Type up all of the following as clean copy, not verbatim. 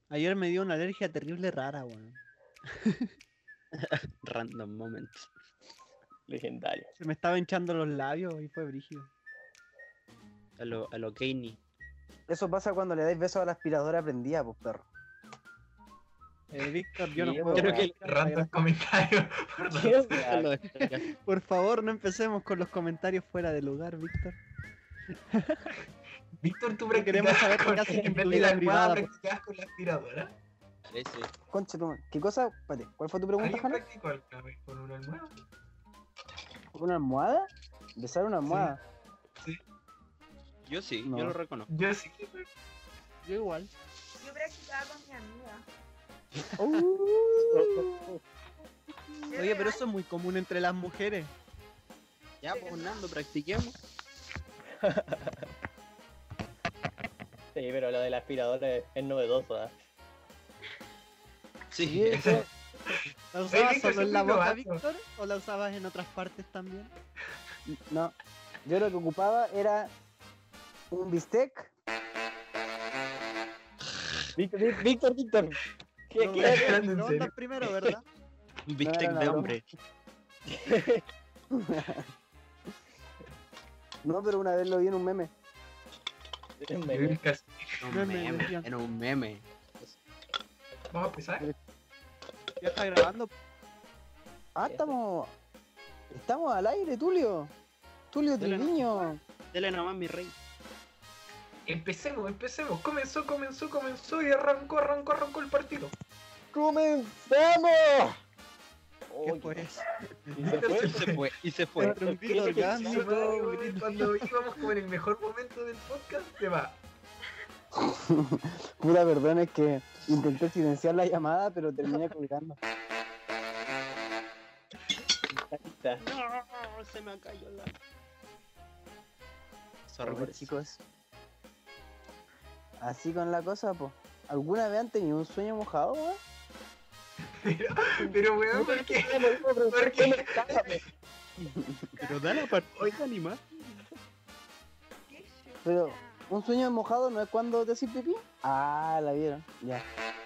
Ayer me dio una alergia terrible rara, weón. Random moments. Legendario. Se me estaba hinchando los labios y fue brígido. A lo Kanye. Eso pasa cuando le dais besos a la aspiradora prendida, pues perro. Víctor, yo no Sí, puedo. creo que Random comentario. Perdón. ¿Qué onda? Lo descargas. Por favor, no empecemos con los comentarios fuera de lugar, Víctor. Víctor, tú No queremos practicas saber con, qué haces en en tu vez de vida la almohada, privada, practicas con la aspiradora. Ese. Conche tu madre. ¿Qué cosa? Espérate, ¿cuál fue tu pregunta, ¿Alguien Jano? practicó alguna vez con una almohada? ¿Una almohada? ¿Besar una almohada? Sí. Yo sí, No. yo lo reconozco. Yo sí. Yo igual. Yo practicaba con mi amiga. Oye, pero eso es muy común entre las mujeres. Ya, pues Nando, practiquemos. Sí, pero lo de la aspiradora es novedoso, ¿eh? Sí, Sí, eso. ¿La usabas Víctor, solo en la siempre boca, lo Víctor? ¿O la usabas en otras partes también? No. Yo lo que ocupaba era un bistec. Víctor. ¿Qué? No, ¿Qué? hablando en no serio? andas primero, ¿verdad? Un bistec No, de no. hombre. No, pero una vez lo vi en un meme. Es un Yo meme. casi- Un Meme, meme. decían. Era un meme. Vamos a empezar. Ya está grabando. Ah, estamos al aire, Tulio. Tulio Dale, Triviño. Dele nomás, mi rey. Empecemos. Comenzó y arrancó el partido. ¡Comenzamos! ¿Qué Oye, fue eso? ¿y se fue? Y se fue. Entre un grito orgánico, Su madre, un güey, grito- cuando íbamos como en el mejor momento del podcast, se va. Puta, perdón, es que intenté silenciar la llamada, pero terminé colgando. Está. No, se me cayó la. Sorry por Bueno, eso. chicos. Así con la cosa, pues. ¿Alguna vez han tenido un sueño mojado, weón? Pero weón, ¿por qué? ¿Por qué? Pero da la partida animal. ¿Qué chucha? Pero, ¿un sueño mojado no es cuando te haces pipí? Ah, la vieron, ya.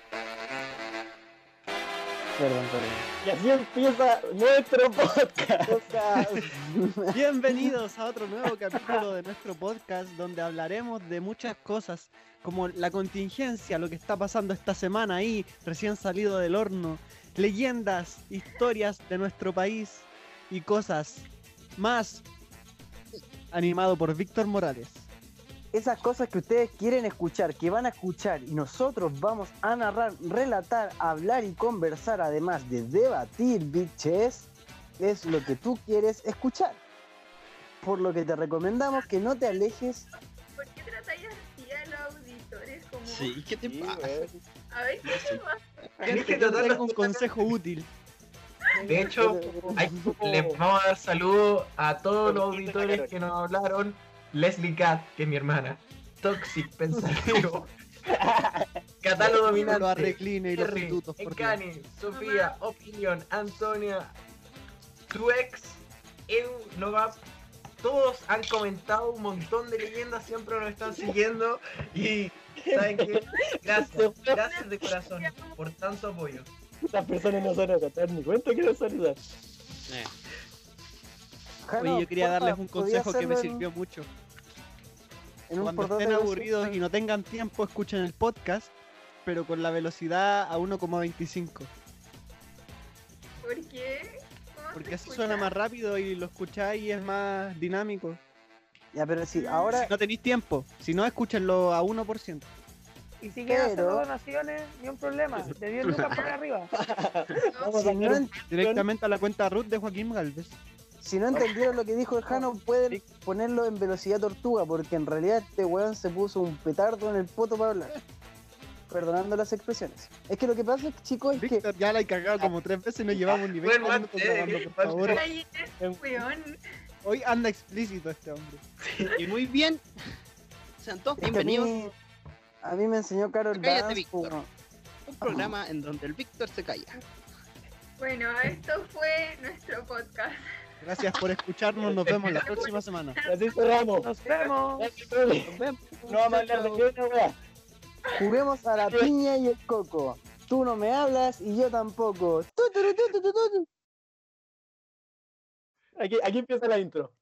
Perdón. Y así empieza nuestro podcast. Bienvenidos a otro nuevo capítulo de nuestro podcast donde hablaremos de muchas cosas como la contingencia, lo que está pasando esta semana ahí, recién salido del horno, leyendas, historias de nuestro país y cosas más, animado por Víctor Morales. Esas cosas que ustedes quieren escuchar, que van a escuchar y nosotros vamos a narrar, relatar, hablar y conversar, además de debatir, bitches, es lo que tú quieres escuchar. Por lo que te recomendamos que no te alejes. ¿Por qué tratáis así a los auditores? Como, Sí, ¿qué te Sí, pasa? weón. a ver qué te pasa. Tenés que Yo tratar tengo un consejo útil. De hecho, les vamos a dar saludos a todos los auditores que nos hablaron. Leslie Cat, que es mi hermana. Toxic, pensativo. Catalo Los dominante. arreclines y los Terry, institutos. por Dios. Encani, Sofía, Opinión, Antonia, tu ex, Edu, Novap. Todos han comentado un montón de leyendas, siempre nos están siguiendo. Y, ¿saben qué? Gracias de corazón por tanto apoyo. Estas personas no se van a catar ni cuenta que no saludar. Jano, Oye, yo quería porfa, darles un ¿podías consejo que me hacerlo sirvió mucho. en un Cuando portal estén de aburridos versión? y no tengan tiempo, escuchen el podcast, pero con la velocidad a 1,25. ¿Por qué? ¿Cómo se Porque así escucha? suena más rápido y lo escucháis y es más dinámico. Ya, pero sí, ahora Si no tenéis tiempo, si no, escúchenlo a 1%. Y si quieren hacer Pero- donaciones, ni un problema. De 10 lucas para arriba. Vamos a si no, hacer un- Directamente a la cuenta Ruth de Joaquín Galvez. si no entendieron lo que dijo el Jano, pueden ponerlo en velocidad tortuga, porque en realidad este weón se puso un petardo en el poto para hablar. Perdonando las expresiones. Es que lo que pasa, chicos, es que Víctor, ya la he cagado como 3 veces y no llevamos ni 20 Bueno, minutos grabando, por favor. Ay, este weón. Hoy anda explícito este hombre. Y muy bien. Sean todos es que bienvenidos a mí me enseñó Carol Cállate, Dance. Víctor. po. a un programa en donde el Víctor se calla. Bueno, esto fue nuestro podcast. Gracias por escucharnos, nos vemos la próxima semana. Así cerramos. Nos vemos. No vamos a hablar de ninguna weá. Juguemos a la piña y el coco. Tú no me hablas y yo tampoco. Tu. Aquí empieza la intro.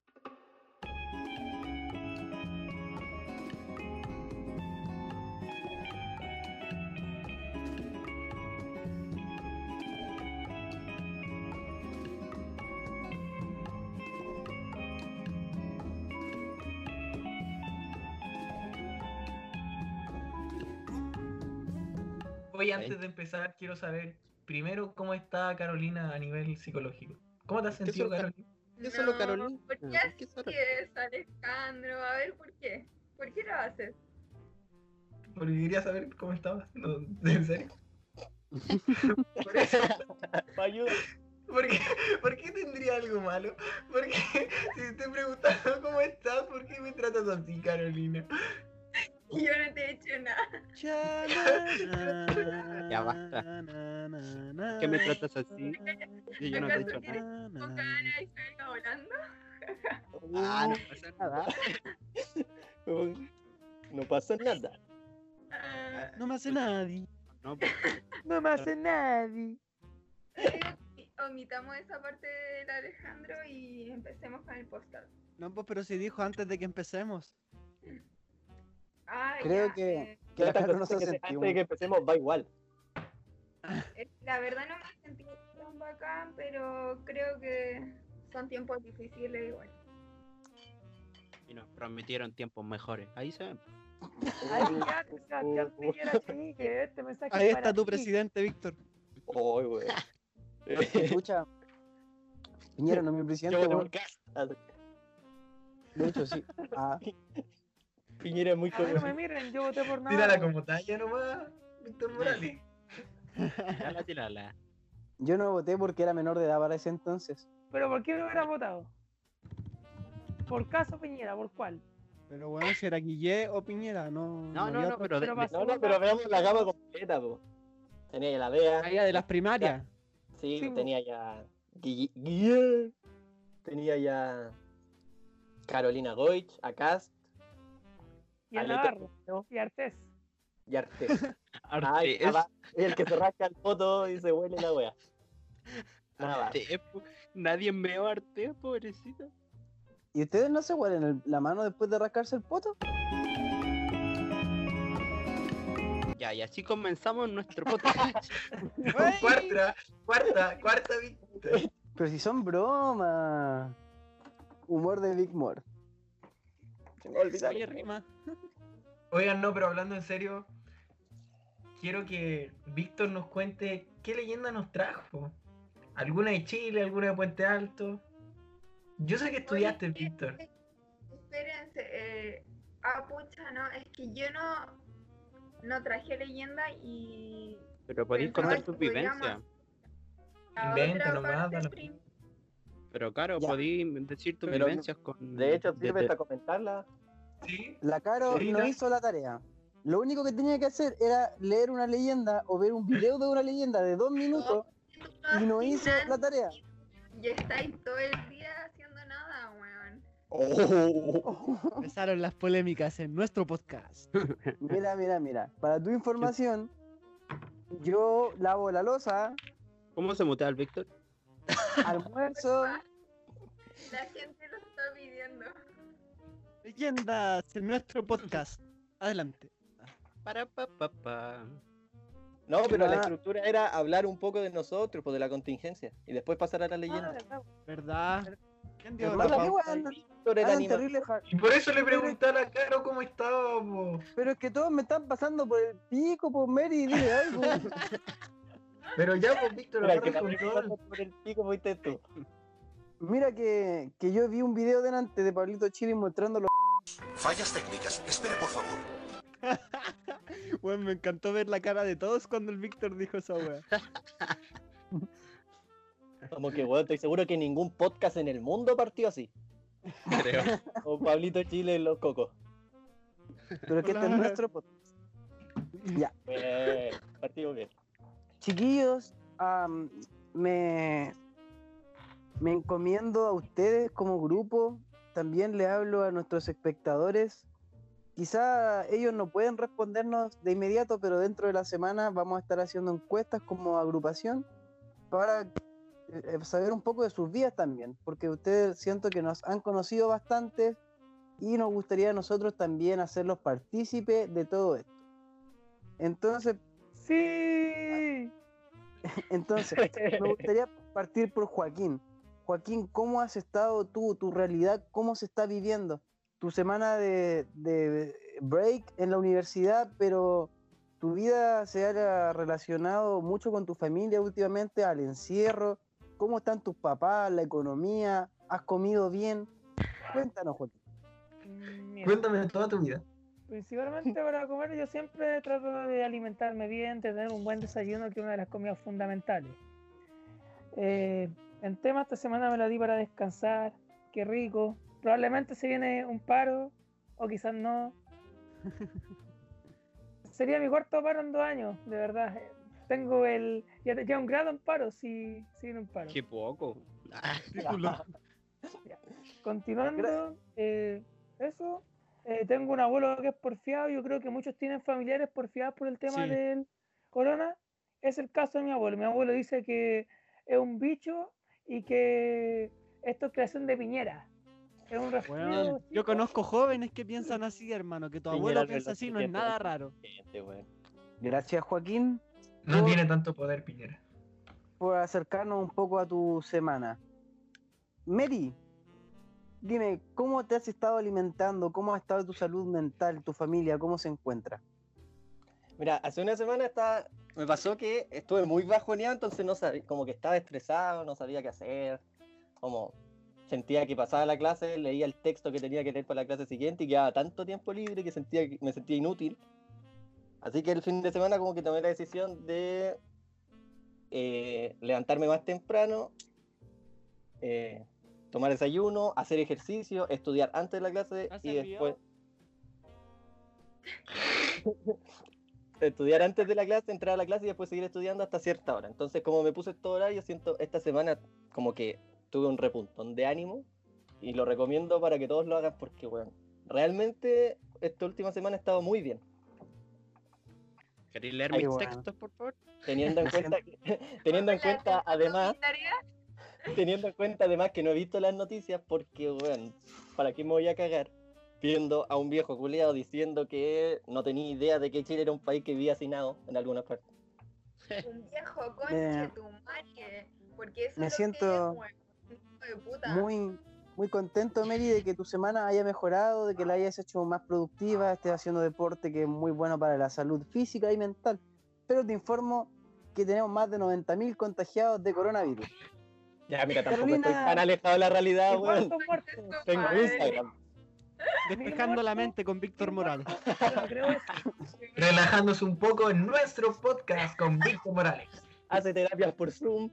Hoy antes de empezar quiero saber primero cómo está Carolina a nivel psicológico. ¿Cómo te has sentido, solo- Carolina? ¿Qué solo Carolina? ¿Por qué ¿Por qué así solo? es, Alejandro? A ver, ¿por qué? ¿Por qué lo haces? Porque quería saber cómo estabas. No, ¿en serio? Por eso. Ayuda. ¿Por qué tendría algo malo? Porque si te estoy preguntando cómo estás, ¿por qué me tratas así, Carolina? Yo no te he hecho nada. Ya basta. ¿Qué me tratas así? Si yo no te he hecho ¿Acaso nada. con cara y salga volando? Ah, no pasa nada. No pasa nada. Ah, No me hace nadie. No, pues, No me hace nadie. digo que omitamos esa parte del Alejandro y empecemos con el podcast. No, pues, pero si dijo antes de que empecemos. Ah, Creo ya, que la Caro no se Antes sentió. de que empecemos va igual. la verdad no me he sentido tan bacán, pero creo que son tiempos difíciles igual. y nos prometieron tiempos mejores. Ahí se ven. Ay, ya, que Sebastián Piñera chique, este mensaje Ahí es está para tu ti. presidente, Víctor. Oy, güey. Escucha, Piñera no es mi Yo presidente, voté weón. por Cast. De hecho, sí. Ah, Piñera es muy A mí no me conocido. miren, yo voté por Tírala Navarro. como talla nomás, Víctor Morales. Tírala. yo no voté porque era menor de edad para ese entonces. Pero ¿por qué no hubiera votado? ¿Por caso Piñera? ¿Por cuál? Pero bueno, si era Guillé o Piñera, no. No, había no, otro. pero Pero pasó. No, pero veamos la gama completa, po. Tenía ya la Bea. Ah, ya, de las primarias. Sí, Sí, po. tenía ya Guille. Tenía ya Carolina Goich, a Cast Y el Alete. Navarro. Y Artés. y Artés. Ay, Artés. el que se rasca el poto y se huele la wea. Nada más. Artés, po. Nadie meó a Artés, pobrecita. ¿Y ustedes no se huelen la mano después de rascarse el poto? Ya, y así comenzamos nuestro podcast. Cuarta Víctor. Pero si son bromas. Humor de Big More. Oye, rima. Oigan, no, pero hablando en serio, quiero que Víctor nos cuente qué leyenda nos trajo. ¿Alguna de Chile, alguna de Puente Alto? Yo sé que estudiaste, Oye, Víctor. Espérense, pucha, no, es que yo no traje leyenda y Pero podéis Pensaba contar que tus podríamos- vivencias. la Inventa otra nomás, parte dale. Pero claro, Ya. podéis decir tus Pero, vivencias con. De hecho, sirve desde- para comentarla. ¿Sí? La Caro Sí, no ¿no? hizo la tarea. Lo único que tenía que hacer era leer una leyenda o ver un video de una leyenda de 2 minutos y no hizo la tarea. Y estáis todo el día haciendo nada, weón. Empezaron las polémicas en nuestro podcast. Mira. Para tu información, yo lavo la loza, ¿Cómo se mutea el Víctor? almuerzo. La gente lo está pidiendo. Leyendas en nuestro podcast. Adelante. Para pa. No, pero la Ah. estructura era hablar un poco de nosotros, pues de la contingencia. Y después pasar a la Ah, leyenda. verdad. ¿Verdad? ¿Quién dio Hermano, la qué pauta weón, ahí? Víctor, el andan animador. terrible Y por eso le pregunté a la Caro cómo estaba, po. Pero es que todos me están pasando por el pico, por Mary, dile algo. Pero ya, pues, Víctor, Mira, el agarra que el también control. pasó por el pico fuiste tú. Mira que yo vi un video delante de Pablito Chile mostrando los... Fallas técnicas. Espere, por favor. Bueno, me encantó ver la cara de todos cuando el Víctor dijo esa wea. Como que, weón, estoy seguro que ningún podcast en el mundo partió así. Creo. O Pablito Chile en los cocos. Pero que este es Hola. nuestro podcast. Ya. Partimos bien. Chiquillos, me encomiendo a ustedes como grupo. También le hablo a nuestros espectadores. quizá ellos no pueden respondernos de inmediato, pero dentro de la semana vamos a estar haciendo encuestas como agrupación para saber un poco de sus vidas también, porque ustedes siento que nos han conocido bastante y nos gustaría a nosotros también hacerlos partícipes de todo esto. Entonces, Sí. me gustaría partir por Joaquín. Joaquín, ¿cómo has estado tú? ¿Tu realidad cómo se está viviendo? Tu semana de break en la universidad, pero tu vida se ha relacionado mucho con tu familia últimamente, al encierro. ¿Cómo están tus papás, la economía? ¿Has comido bien? Cuéntanos, Joaquín. Mira, Cuéntame toda tu vida. principalmente para comer yo siempre trato de alimentarme bien, de tener un buen desayuno, que es una de las comidas fundamentales. En tema, esta semana me la di para descansar, qué rico. Probablemente se viene un paro, o quizás no. Sería mi cuarto paro en 2 años, de verdad. Tengo ya un grado en paro, si viene un paro. Qué poco. Continuando, eso, tengo un abuelo que es porfiado, yo creo que muchos tienen familiares porfiados por el tema Sí. del corona. Es el caso de mi abuelo. Mi abuelo dice que es un bicho y que esto es creación de Piñera. Es un resfrío. Weón, yo conozco jóvenes que piensan así, hermano, que tu abuelo piensa así, no es nada raro. Gracias, Joaquín, No tiene tanto poder, Piñera. por acercarnos un poco a tu semana. Mary, dime, ¿cómo te has estado alimentando? ¿Cómo ha estado tu salud mental, tu familia? ¿Cómo se encuentra? Mira, hace una semana me pasó que estuve muy bajoneado, entonces no sabía, como que estaba estresado, no sabía qué hacer, como sentía que pasaba la clase, leía el texto que tenía que leer para la clase siguiente y quedaba tanto tiempo libre que me sentía inútil. Así que el fin de semana como que tomé la decisión de levantarme más temprano, tomar desayuno, hacer ejercicio, estudiar antes de la clase ¿Has y después... enviado? Estudiar antes de la clase, entrar a la clase y después seguir estudiando hasta cierta hora. Entonces, como me puse todo horario, siento esta semana como que tuve un repuntón de ánimo y lo recomiendo para que todos lo hagan porque, bueno, realmente esta última semana he estado muy bien. ¿Queréis leer Ay, mis bueno. textos, por favor? Teniendo en cuenta, además que no he visto las noticias porque, bueno, ¿para qué me voy a cagar? Viendo a un viejo culeado diciendo que no tenía idea de que Chile era un país que vivía hacinado en algunas partes. Un viejo conche tu madre. Porque eso me es lo siento que es, weón. Hijo de puta. muy contento, Mary, de que tu semana haya mejorado, de que la hayas hecho más productiva, estés haciendo deporte que es muy bueno para la salud física y mental. Pero te informo que tenemos más de 90.000 contagiados de coronavirus. Ya, mira, tampoco Carolina, estoy tan alejado de la realidad, ¿Y weón. cuántos muertos? Tengo Madre. Instagram. Despejando la mente con Víctor Morales. Yo no creo eso. Relajándose un poco en nuestro podcast con Víctor Morales. Hace terapias por Zoom.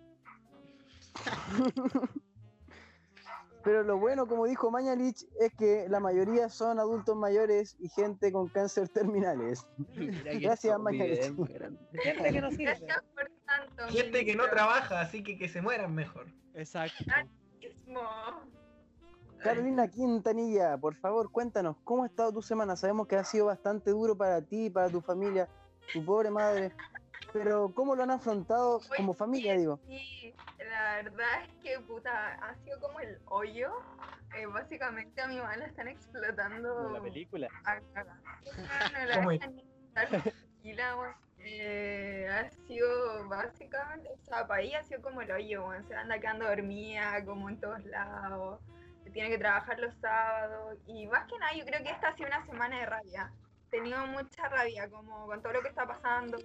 Pero lo bueno, como dijo Mañalich, es que la mayoría son adultos mayores y gente con cáncer terminales. Gracias, Mañalich. Gente que no sirve. Gracias por tanto. Gente que no ministro. trabaja, así que se mueran mejor. Exacto. Mismo. Carolina Quintanilla, por favor, cuéntanos, ¿cómo ha estado tu semana? Sabemos que ha sido bastante duro para ti, para tu familia, tu pobre madre, pero ¿cómo lo han afrontado como familia, digo? Sí, la verdad es que puta, ha sido como el hoyo. Básicamente a mi mamá la están explotando. Como la película. a cagar. No la ¿Cómo es? dejan ni estar tranquila, weón. Ha sido básicamente, o sea, para ella ha sido como el hoyo, weón. Se anda quedando dormida como en todos lados. Tiene que trabajar los sábados. Y más que nada, yo creo que esta ha sido una semana de rabia. He tenido mucha rabia, como con todo lo que está pasando.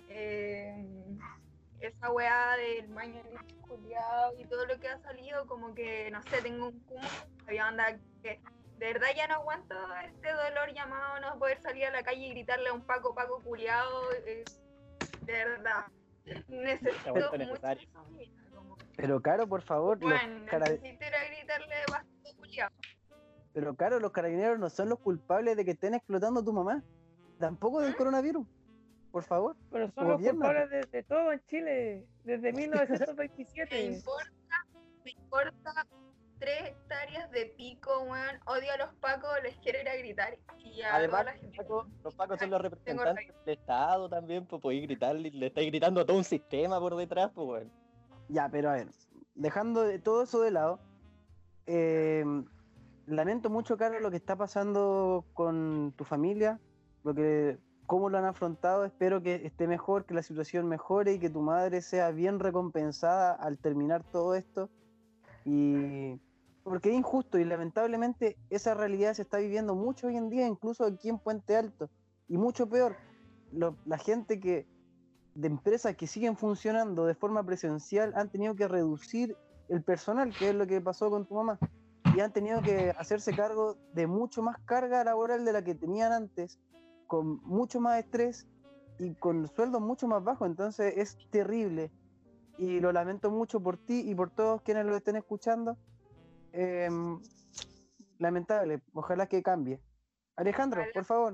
Esa weá del Mañalich culiao y todo lo que ha salido, como que, no sé, tengo un cúmulo de rabia, onda, que de verdad ya no aguanto este dolor llamado no poder salir a la calle y gritarle a un Paco culiao, de verdad. Necesito vuelto mucho necesario. esa vida, como, Pero Caro, por favor, bueno, necesito ir a gritarle a Paco culiao. pero Caro, los carabineros no son los culpables de que estén explotando a tu mamá, tampoco del coronavirus, por favor. Pero son los Gobierna. culpables de todo en Chile, desde Me 1927. importa 3 hectáreas de pico, weón. Odio a los pacos, les quiero ir a gritar. Y a Además, toda la gente. los pacos son los Tengo representantes del Estado también, pues podéis gritarle, le estáis gritando a todo un sistema por detrás, pues weón. Ya, pero a ver, dejando todo eso de lado, lamento mucho, Carlos, lo que está pasando con tu familia, cómo lo han afrontado. Espero que esté mejor, que la situación mejore y que tu madre sea bien recompensada al terminar todo esto. Y porque es injusto y lamentablemente esa realidad se está viviendo mucho hoy en día, incluso aquí en Puente Alto. Y mucho peor, la gente de empresas que siguen funcionando de forma presencial han tenido que reducir el personal, que es lo que pasó con tu mamá, y han tenido que hacerse cargo de mucho más carga laboral de la que tenían antes, con mucho más estrés y con sueldos mucho más bajos. Entonces es terrible y lo lamento mucho por ti y por todos quienes lo estén escuchando. Lamentable, ojalá que cambie. Alejandro, por favor.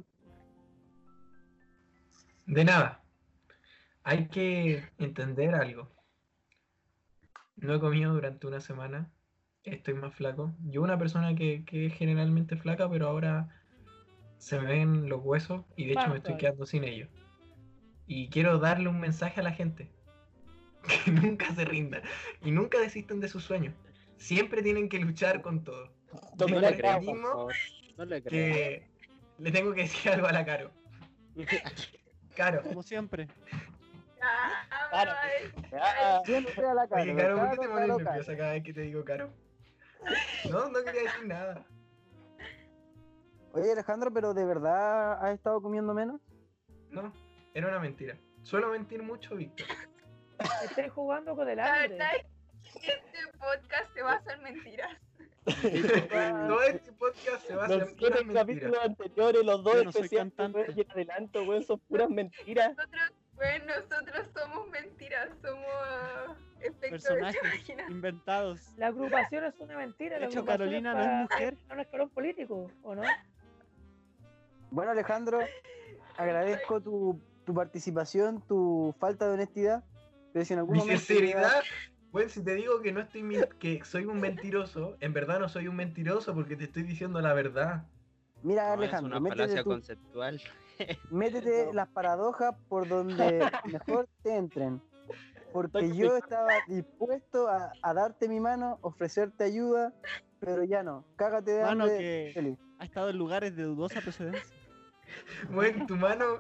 De nada. Hay que entender algo. No he comido durante una semana. Estoy más flaco. Yo una persona que es generalmente flaca, pero ahora se me ven los huesos y de hecho me estoy quedando sin ellos. Y quiero darle un mensaje a la gente. Que nunca se rindan y nunca desistan de sus sueños. Siempre tienen que luchar con todo. Tome Tengo la el grapa, realismo por favor. No le creo. que le tengo que decir algo a la Caro. Caro, Como siempre. Claro. Ah, Siempre sea la cara. oye, Caro, ¿por qué te pones nerviosa cada vez que te digo Caro? No quería decir nada. Oye, Alejandro, pero ¿de verdad has estado comiendo menos? No, era una mentira. Suelo mentir mucho, Víctor. Estoy jugando con el La hambre. verdad es que este podcast se basa en mentiras. Todo este podcast se basa en los puras 7 mentiras. capítulos anteriores, los dos Yo no soy especiales, cantante. weón, y en adelanto, weón, son puras mentiras. Nosotros somos mentiras, somos efectos de Personajes tu imaginación. inventados. La agrupación es una mentira. De La hecho, agrupación Carolina es no es para mujer. un escalón político, ¿o no? Bueno, Alejandro, agradezco tu participación, tu falta de honestidad. Pero si en algún Mi momento sinceridad, bueno, si te digo que no estoy que soy un mentiroso, en verdad no soy un mentiroso porque te estoy diciendo la verdad. Mira, No, es Alejandro, una falacia métete, conceptual. métete las paradojas por donde mejor te entren. Porque yo estaba dispuesto a darte mi mano, ofrecerte ayuda, pero ya no. Cágate de Mano hambre, que feliz. ha estado en lugares de dudosa procedencia. Bueno, tu mano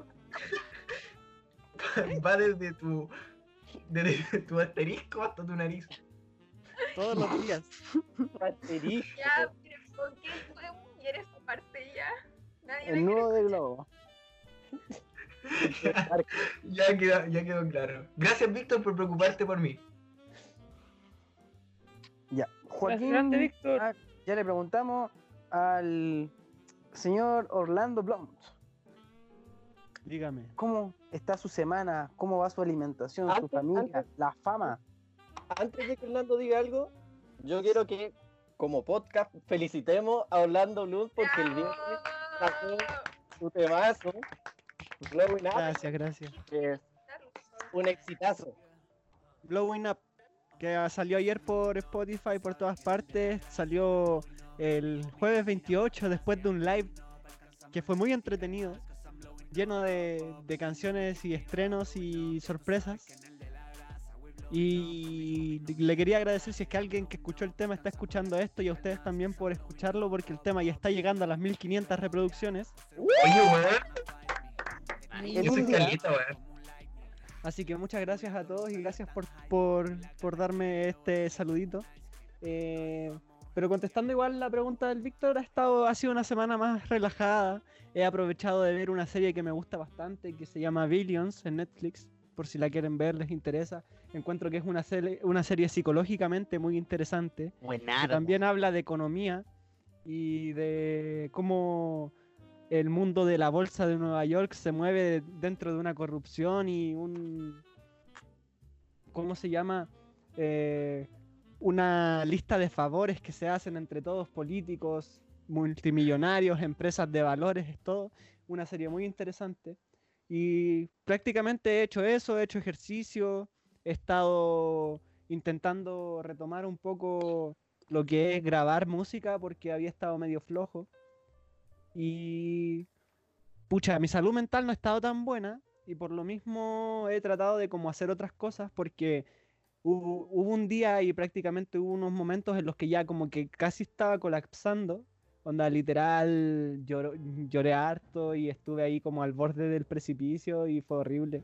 va desde tu asterisco hasta tu nariz. Todos los días. Asterisco. Ya, pero ¿por qué tú quieres parte ya? Nadie El me nudo quiere del globo. Ya quedó claro. Gracias, Víctor, por preocuparte por mí. Ya, Joaquín, grande, Víctor. ya le preguntamos al señor Orlando Blount. Dígame. ¿Cómo está su semana? ¿Cómo va su alimentación, su familia, la fama? Antes de que Orlando diga algo, yo quiero que, como podcast, felicitemos a Orlando Bloom porque el viernes sacó su temazo, Blowing Up, Gracias. que es un exitazo. Blowing Up, que salió ayer por Spotify, por todas partes. Salió el jueves 28 después de un live que fue muy entretenido, lleno de canciones y estrenos y sorpresas. Y le quería agradecer si es que alguien que escuchó el tema está escuchando esto, y a ustedes también por escucharlo, porque el tema ya está llegando a las 1500 reproducciones. Oye, weón. En Yo soy un día. Caleta, weón. Así que muchas gracias a todos y gracias por darme este saludito. Pero contestando igual la pregunta del Víctor, ha sido una semana más relajada. He aprovechado de ver una serie que me gusta bastante, que se llama Billions en Netflix, por si la quieren ver, les interesa. Encuentro que es una serie psicológicamente muy interesante, que también habla de economía y de cómo el mundo de la bolsa de Nueva York se mueve dentro de una corrupción y ¿cómo se llama? Una lista de favores que se hacen entre todos, políticos, multimillonarios, empresas de valores. Es todo una serie muy interesante. Y prácticamente he hecho eso, he hecho ejercicio, he estado intentando retomar un poco lo que es grabar música porque había estado medio flojo. Y pucha, mi salud mental no ha estado tan buena y por lo mismo he tratado de como hacer otras cosas porque hubo un día y prácticamente hubo unos momentos en los que ya como que casi estaba colapsando. Onda, literal, lloré harto y estuve ahí como al borde del precipicio y fue horrible.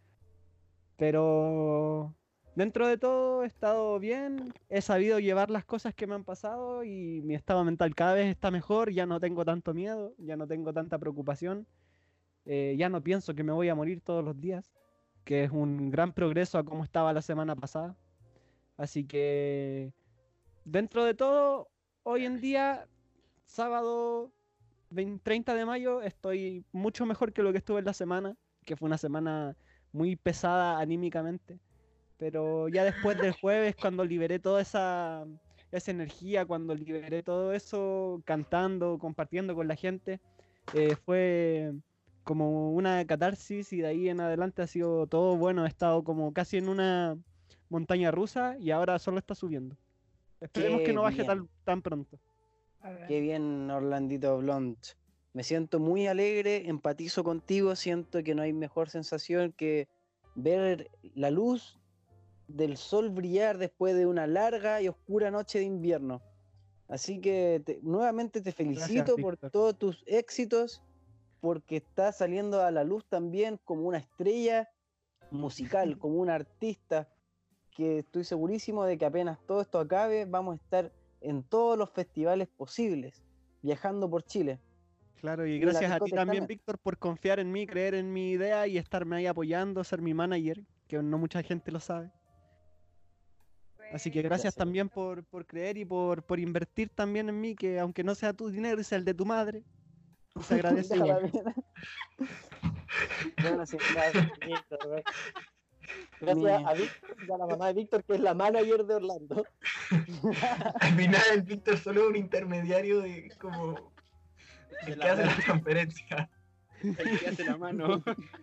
Pero dentro de todo he estado bien, he sabido llevar las cosas que me han pasado y mi estado mental cada vez está mejor, ya no tengo tanto miedo, ya no tengo tanta preocupación, ya no pienso que me voy a morir todos los días, que es un gran progreso a cómo estaba la semana pasada. Así que dentro de todo, hoy en día, sábado 30 de mayo, estoy mucho mejor que lo que estuve en la semana, que fue una semana muy pesada anímicamente. Pero ya después del jueves, cuando liberé toda esa energía, cuando liberé todo eso cantando, compartiendo con la gente, fue como una catarsis y de ahí en adelante ha sido todo bueno. He estado como casi en una montaña rusa y ahora solo está subiendo. Esperemos que Qué no baje bien. tan pronto. A ver. Qué bien, Orlandito Blond. Me siento muy alegre, empatizo contigo, siento que no hay mejor sensación que ver la luz del sol brillar después de una larga y oscura noche de invierno. Así que nuevamente te felicito por Víctor. todos tus éxitos, porque estás saliendo a la luz también como una estrella musical, como un artista, que estoy segurísimo de que apenas todo esto acabe, vamos a estar en todos los festivales posibles, viajando por Chile. Claro, y Y gracias la a ti discoteca también, también. Víctor, por confiar en mí, creer en mi idea y estarme ahí apoyando, ser mi manager, que no mucha gente lo sabe. Así que gracias Gracias. también por creer y por invertir también en mí, que aunque no sea tu dinero, sea el de tu madre, se agradece Déjala igual. bien. Bueno, sí, gracias, Víctor, güey. Gracias Mi- a Víctor y a la mamá de Víctor, que es la manager de Orlando. Al final el Víctor solo es un intermediario de como el que hace la transferencia. El que hace la mano.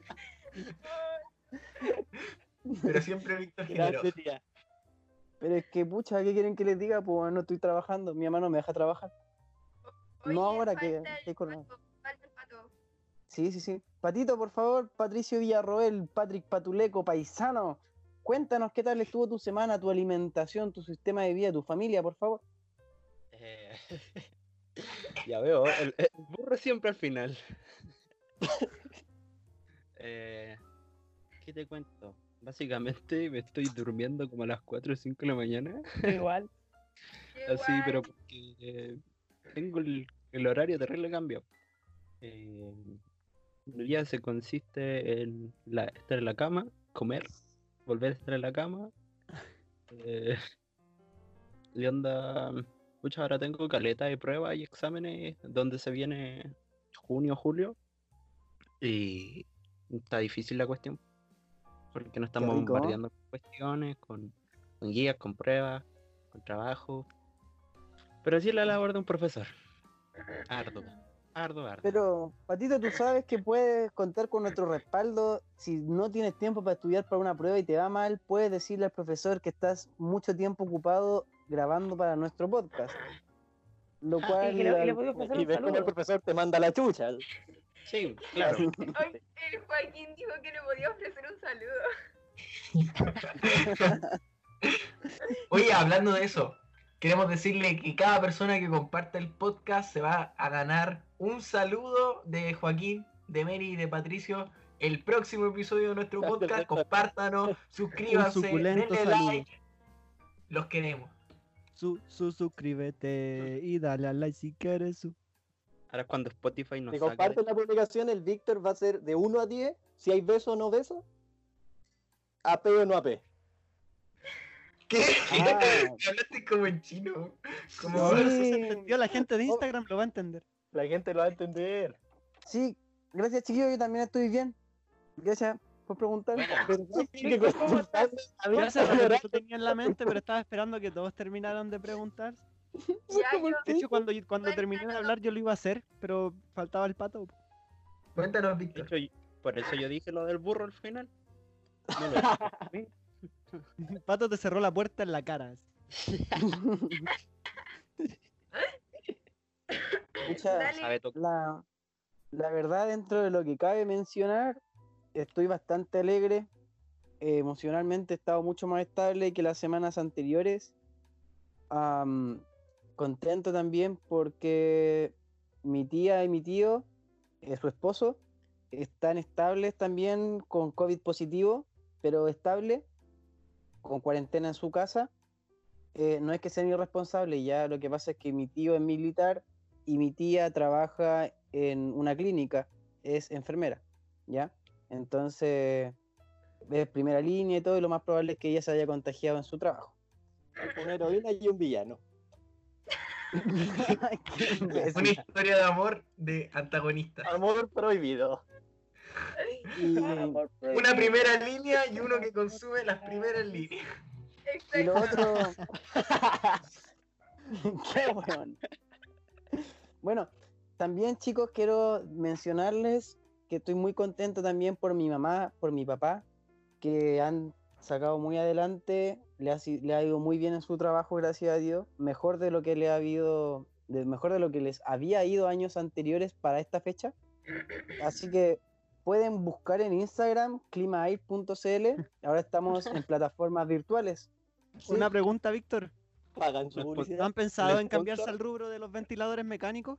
Pero siempre Víctor generoso. Gracias, tía. Pero es que, pucha, ¿qué quieren que les diga? Pues no estoy trabajando, mi mamá no me deja trabajar. Oye, No ahora que falta el estoy con... pato, falta el pato. Sí. Patito, por favor, Patricio Villarroel, Patrick Patuleco, paisano. Cuéntanos qué tal estuvo tu semana, tu alimentación, tu sistema de vida, tu familia, por favor. Ya veo, el burro siempre al final. ¿Qué te cuento? Básicamente me estoy durmiendo como a las 4 o 5 de la mañana. Igual. Así, pero Igual. porque tengo el horario terrible cambio. Mi día se consiste en estar en la cama, comer, volver a estar en la cama. Y onda, pucha, ahora tengo caleta de pruebas y exámenes donde se viene junio, julio. Y está difícil la cuestión, porque nos estamos rico. bombardeando con cuestiones, con guías, con pruebas, con trabajo. Pero así es la labor de un profesor. Arduo. Pero, Patito, tú sabes que puedes contar con nuestro respaldo. Si no tienes tiempo para estudiar para una prueba y te va mal, puedes decirle al profesor que estás mucho tiempo ocupado grabando para nuestro podcast. Lo cual... Y le podía ofrecer Y un ves como el saludo. profesor te manda la chucha. Sí, claro. Hoy el Joaquín dijo que le podía ofrecer un saludo. Oye, hablando de eso, queremos decirle que cada persona que comparte el podcast se va a ganar un saludo de Joaquín, de Mary y de Patricio. El próximo episodio de nuestro podcast, compártanos, suscríbanse, Un suculento denle saludo. like. Los queremos. Suscríbete y dale a like si quieres. Ahora es cuando Spotify nos Si saca. comparten la publicación, el Víctor va a ser de 1 a 10, si hay beso o no beso, AP o no AP. ¿Qué? Ah. Hablaste como en chino. Como... No, pero si se Sí. entendió, la gente de Instagram lo va a entender. La gente lo va a entender. Sí, gracias, chiquillos, yo también estoy bien. Gracias por preguntar. Pero Víctor, ¿cómo estás? Ya sé lo que tú tenías en la mente, pero estaba esperando que todos terminaran de preguntar. Ya, yo, De hecho, cuando terminé de hablar yo lo iba a hacer, pero faltaba el pato. Cuéntanos, De Víctor. hecho, por eso yo dije lo del burro al final. No lo dije. El pato te cerró la puerta en la cara. Pucha, Dale. Sabe tocar. la verdad, dentro de lo que cabe mencionar, estoy bastante alegre. Emocionalmente he estado mucho más estable que las semanas anteriores. Contento también porque mi tía y mi tío, su esposo, están estables también con COVID positivo, pero estable, con cuarentena en su casa. No es que sean irresponsables, ya lo que pasa es que mi tío es militar y mi tía trabaja en una clínica, es enfermera, ¿ya? Entonces, es primera línea y todo, y lo más probable es que ella se haya contagiado en su trabajo. Una heroína y un villano. Ay, qué imbécil. Una historia de amor de antagonistas. Amor prohibido. Y, Amor prohibido. Una primera línea y uno que consume las primeras líneas. y lo Exacto. otro... qué weón. Bueno, también chicos quiero mencionarles que estoy muy contento también por mi mamá, por mi papá, que han sacado muy adelante, le ha ido muy bien en su trabajo, gracias a Dios, mejor de lo que mejor de lo que les había ido años anteriores para esta fecha. Así que pueden buscar en Instagram climaair.cl. Ahora estamos en plataformas virtuales. ¿sí? Una pregunta, Víctor. Pagan su ¿No publicidad. han pensado ¿El en cambiarse sponsor? al rubro de los ventiladores mecánicos?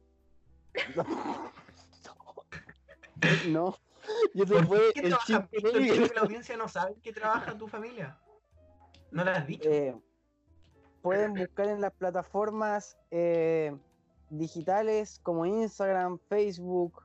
No, Y ese ¿Por fue qué el trabaja chiste Víctor? de Creo que la audiencia no sabe que trabaja tu familia. ¿No la has dicho? pueden buscar en las plataformas digitales como Instagram, Facebook,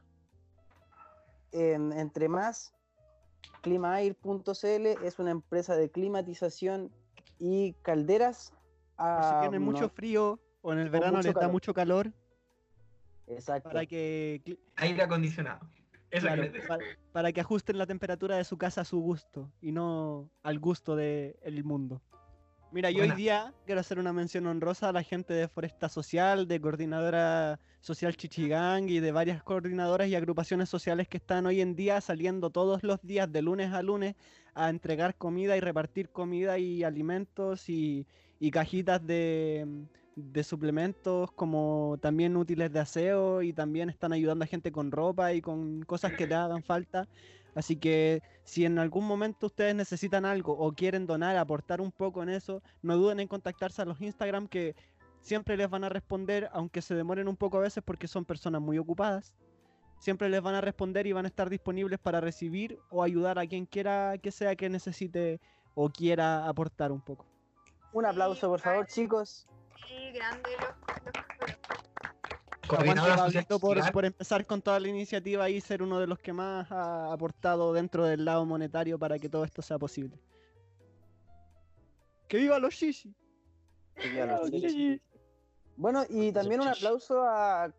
entre más. Climaair.cl es una empresa de climatización y calderas. Por si tienen mucho frío o en el verano mucho les da calor. mucho calor, Exacto. para que Aire acondicionado. Eso claro, quieres decir. para que ajusten la temperatura de su casa a su gusto y no al gusto del mundo. Mira, yo Buena. hoy día quiero hacer una mención honrosa a la gente de Foresta Social, de Coordinadora Social Chichigang y de varias coordinadoras y agrupaciones sociales que están hoy en día saliendo todos los días de lunes a lunes a entregar comida y repartir comida y alimentos y cajitas de suplementos como también útiles de aseo, y también están ayudando a gente con ropa y con cosas que le hagan falta. Así que si en algún momento ustedes necesitan algo o quieren donar, aportar un poco en eso, no duden en contactarse a los Instagram, que siempre les van a responder, aunque se demoren un poco a veces porque son personas muy ocupadas. Siempre les van a responder y van a estar disponibles para recibir o ayudar a quien quiera que sea que necesite o quiera aportar un poco. Un aplauso, por favor, chicos. Sí, grande los Coordinadora Aguante, social Pablito, Chichigang. por empezar con toda la iniciativa y ser uno de los que más ha aportado dentro del lado monetario para que todo esto sea posible. ¡Que viva los Shishi! Bueno, y también un aplauso a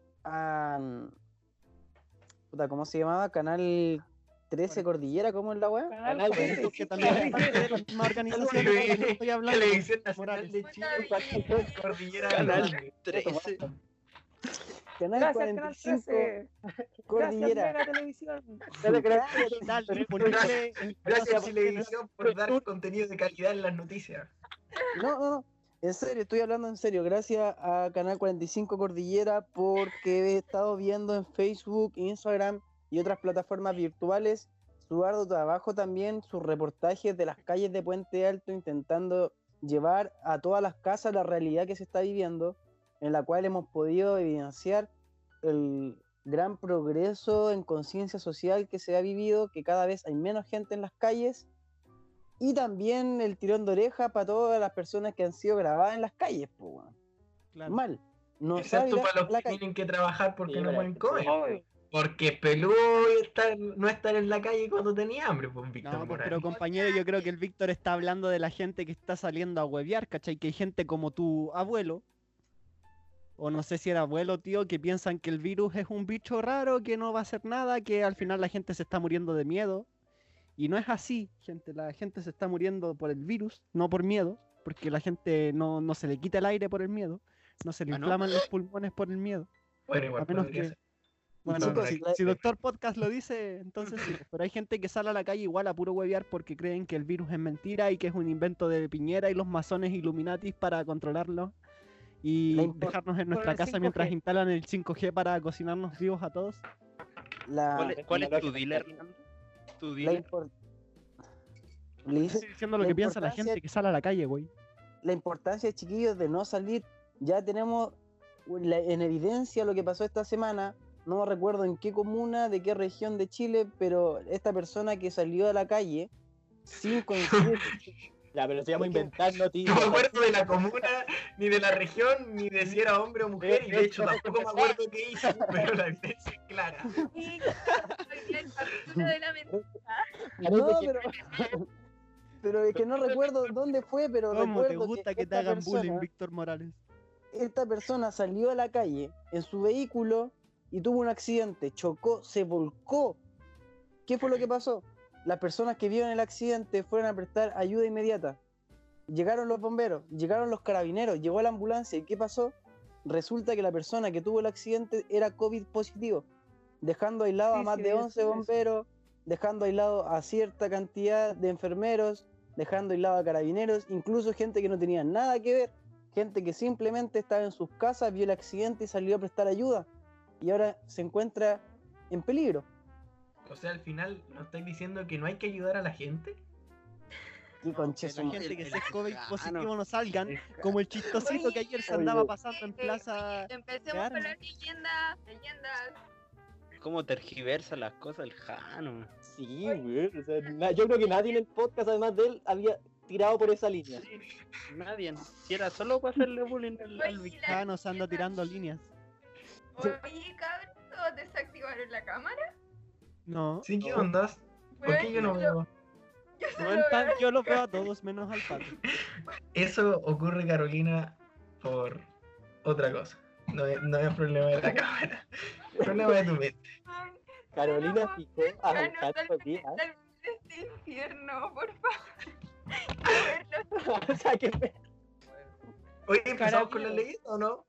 puta, ¿cómo se llamaba? Canal 13 Cordillera, ¿cómo es la weá? Canal Que también es parte de la misma organización de la que estoy hablando. Televisión Nacional Morales. de Chile, Cordillera del Canal Norte. 13. Canal Gracias, Canal 45 13. Gracias, Cordillera. Mega Televisión. Digital, disponible en Gracias, Chilevisión, por dar contenido de calidad en las noticias. No, en serio, estoy hablando en serio. Gracias a Canal 45 Cordillera, porque he estado viendo en Facebook, Instagram y otras plataformas virtuales su arduo trabajo también, sus reportajes de las calles de Puente Alto, intentando llevar a todas las casas la realidad que se está viviendo, en la cual hemos podido evidenciar el gran progreso en conciencia social que se ha vivido, que cada vez hay menos gente en las calles, y también el tirón de oreja para todas las personas que han sido grabadas en las calles, pues, weón. Claro. Mal. No Excepto sabe para los la que calle. tienen que trabajar porque Sí, no para pueden que- comer. Obvio. Porque es peludo no estar en la calle cuando tenía hambre, pues, Víctor No, pues, Morales. pero compañero, yo creo que el Víctor está hablando de la gente que está saliendo a huevear, ¿cachai? Que hay gente como tu abuelo, o no sé si era abuelo, tío, que piensan que el virus es un bicho raro, que no va a hacer nada, que al final la gente se está muriendo de miedo. Y no es así, gente. La gente se está muriendo por el virus, no por miedo, porque la gente no se le quita el aire por el miedo, no se le ¿Ah, no? inflaman los pulmones por el miedo. Bueno, igual A menos podría que- ser. Bueno, chicos, si Doctor Podcast lo dice, entonces sí. Pero hay gente que sale a la calle igual a puro huevear porque creen que el virus es mentira y que es un invento de Piñera y los masones Illuminatis para controlarlo. y La impor- dejarnos en Con nuestra el casa mientras 5G. instalan el 5G para cocinarnos vivos a todos? ¿Cuál es tu dealer, Nando? ¿Tu La, dealer? impor- Estoy diciendo lo la que piensa la importancia- gente que sale a la calle, güey. la importancia, chiquillos, de no salir. Ya tenemos en evidencia lo que pasó esta semana. No recuerdo en qué comuna, de qué región de Chile, pero esta persona que salió a la calle sin coincidir. Ya, pero si vamos a inventar noticias. No me acuerdo de la comuna, ni de la región, ni de si era hombre o mujer, y de hecho tampoco me acuerdo qué hizo, pero la evidencia es clara. Sí, hoy día el capítulo de la mentira. No, pero es que no recuerdo dónde fue, pero ¿Cómo te recuerdo gusta que te esta hagan bullying, persona- Víctor Morales? esta persona salió a la calle en su vehículo y tuvo un accidente, chocó, se volcó. ¿Qué fue lo que pasó? Las personas que vieron el accidente fueron a prestar ayuda inmediata. Llegaron los bomberos, llegaron los carabineros, llegó la ambulancia. ¿Y qué pasó? Resulta que la persona que tuvo el accidente era COVID positivo, dejando aislado a Sí, más sí, de vi 11 eso. bomberos, dejando aislado a cierta cantidad de enfermeros, dejando aislado a carabineros, incluso gente que no tenía nada que ver, gente que simplemente estaba en sus casas, vio el accidente y salió a prestar ayuda, y ahora se encuentra en peligro. O sea, al final, ¿nos estáis diciendo que no hay que ayudar a la gente? Y Que conche la gente que el sea COVID lejano. positivo no salgan, como el chistosito que ayer se Oye, andaba pasando en plaza. Empecemos Claro. con las leyendas. ¿Cómo tergiversa las cosas el Jano? Sí, güey. O sea, yo creo que nadie en el podcast, además de él, había tirado por esa línea. Nadie. Si era solo para hacerle bullying al Oye, Víctor. Ah, nos anda tirando líneas. Oye, cabrón, ¿todos desactivaron la cámara? No. Sí, ¿qué ondas? ¿Por qué yo no veo? Yo No, solo veo yo los veo a todos menos al pato. Eso ocurre, Carolina, por otra cosa. No es problema de la cámara. Es problema de tu mente. Carolina picó a Ya no, Alejandro Díaz. salve de este infierno, por favor. A verlo. O sea, que Oye, ¿empezamos con la Carabino. leyenda o no?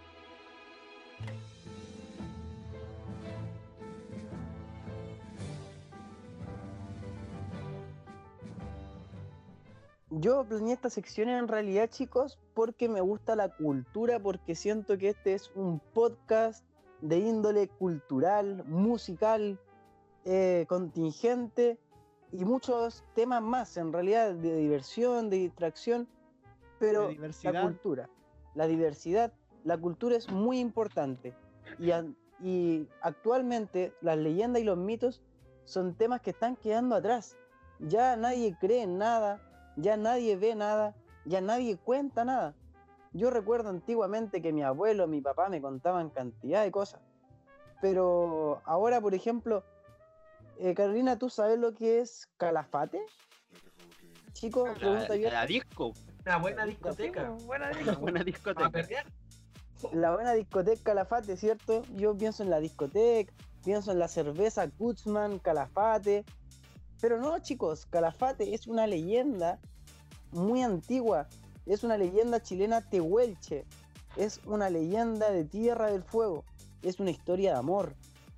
Yo planeé esta sección en realidad, chicos, porque me gusta la cultura, porque siento que este es un podcast de índole cultural, musical, contingente y muchos temas más, en realidad, de diversión, de distracción, pero De diversidad. la cultura, la diversidad, la cultura es muy importante. Y actualmente las leyendas y los mitos son temas que están quedando atrás. Ya nadie cree en nada, ya nadie ve nada, ya nadie cuenta nada. Yo recuerdo antiguamente que mi abuelo, mi papá me contaban cantidad de cosas. Pero ahora, por ejemplo, Carolina, ¿tú sabes lo que es Calafate? Chico, pregunta abierta. La disco. Una buena Sí, discoteca. pues, buena Una idea. buena Para discoteca. perrear. La buena discoteca Calafate, ¿cierto? Yo pienso en la discoteca, pienso en la cerveza Kutzman, Calafate. Pero no, chicos, Calafate es una leyenda muy antigua. Es una leyenda chilena tehuelche. Es una leyenda de Tierra del Fuego. Es una historia de amor.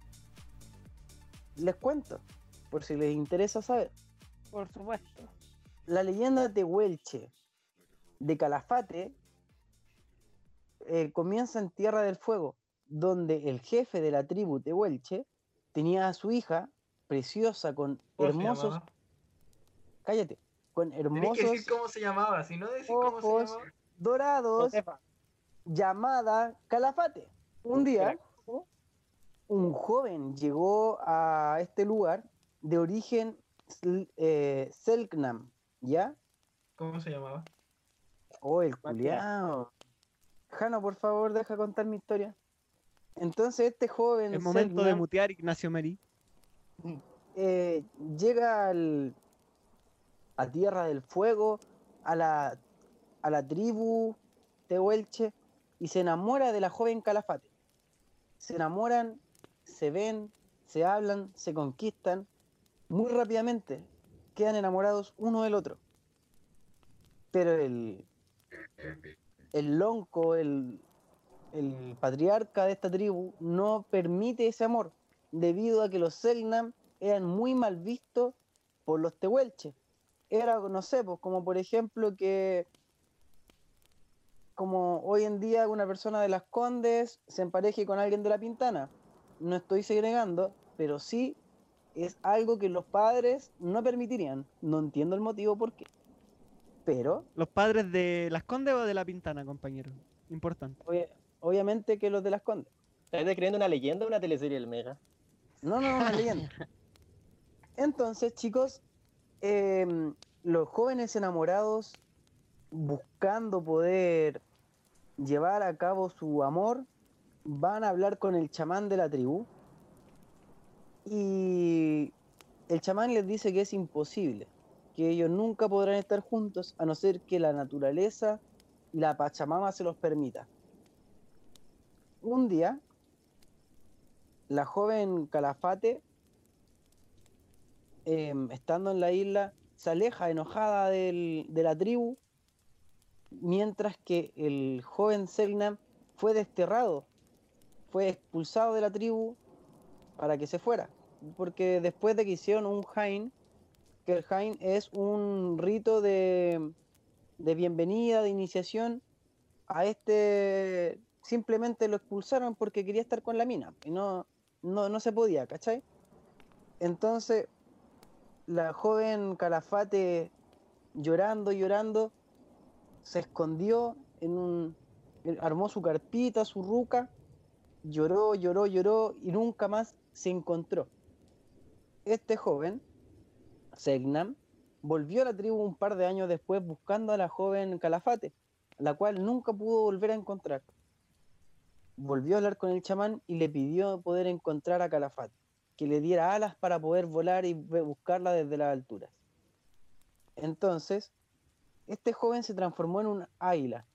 Les cuento, por si les interesa saber. Por supuesto. La leyenda tehuelche de Calafate comienza en Tierra del Fuego, donde el jefe de la tribu tehuelche tenía a su hija preciosa con ¿Cómo se hermosos, llamaba? cállate, con Tenés que hermosos decir cómo se llamaba, si no decís cómo se ojos llamaba. dorados, Josefa. llamada Calafate. Un día, un joven llegó a este lugar de origen Selknam, ¿ya? ¿Cómo se llamaba? Oh, el culiao. Jano, por favor, deja contar mi historia. Entonces este joven Es momento de Selknam, mutear Ignacio Meri. llega a Tierra del Fuego, a la tribu tehuelche, y se enamora de la joven Calafate. Se enamoran, se ven, se hablan, se conquistan, muy rápidamente quedan enamorados uno del otro. Pero el lonco, el patriarca de esta tribu, no permite ese amor, debido a que los Selknam eran muy mal vistos por los tehuelches. Era, no sé, pues como por ejemplo que como hoy en día una persona de Las Condes se empareje con alguien de La Pintana. No estoy segregando, pero sí es algo que los padres no permitirían. No entiendo el motivo por qué. Pero, ¿Los padres de Las Condes o de La Pintana, compañero? Importante. obviamente que los de Las Condes. ¿Estás describiendo una leyenda o una teleserie del Mega? No, una leyenda. Entonces, chicos, los jóvenes enamorados buscando poder llevar a cabo su amor van a hablar con el chamán de la tribu y el chamán les dice que es imposible, que ellos nunca podrán estar juntos a no ser que la naturaleza y la Pachamama se los permita. Un día, la joven Calafate, estando en la isla, se aleja enojada de la tribu, mientras que el joven Selknam fue desterrado, fue expulsado de la tribu para que se fuera, porque después de que hicieron un Hain, que el Hain es un rito de bienvenida, de iniciación, a este simplemente lo expulsaron porque quería estar con la mina, y no se podía, ¿cachai? Entonces, la joven Calafate, llorando, se escondió armó su carpita, su ruca, lloró y nunca más se encontró. Este joven, Selknam, volvió a la tribu un par de años después buscando a la joven Calafate, la cual nunca pudo volver a encontrar. Volvió a hablar con el chamán y le pidió poder encontrar a Calafate, que le diera alas para poder volar y buscarla desde las alturas. Entonces, este joven se transformó en un águila.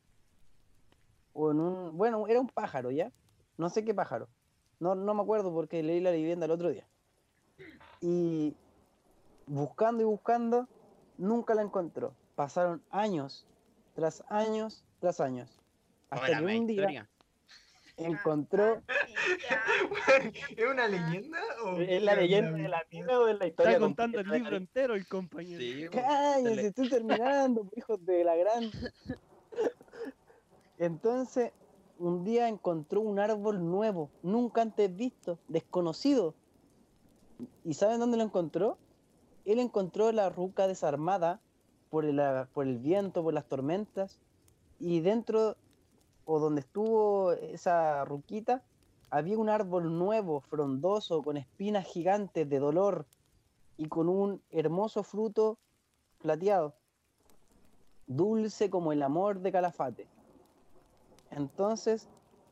Bueno, era un pájaro, ¿ya? No sé qué pájaro. No me acuerdo porque leí la leyenda el otro día. Y buscando, nunca la encontró. Pasaron años, tras años. Hasta que un día encontró... ¿Es una leyenda? ¿O ¿Es la leyenda de la mina o es la historia? Está contando el completa de la libro entero el compañero. Sí, ¡Cállate! Estoy terminando, hijos de la gran... Entonces, un día encontró un árbol nuevo, nunca antes visto, desconocido. ¿Y saben dónde lo encontró? Él encontró la ruca desarmada por el viento, por las tormentas, y dentro, o donde estuvo esa ruquita, había un árbol nuevo, frondoso, con espinas gigantes de dolor, y con un hermoso fruto plateado, dulce como el amor de Calafate. Entonces,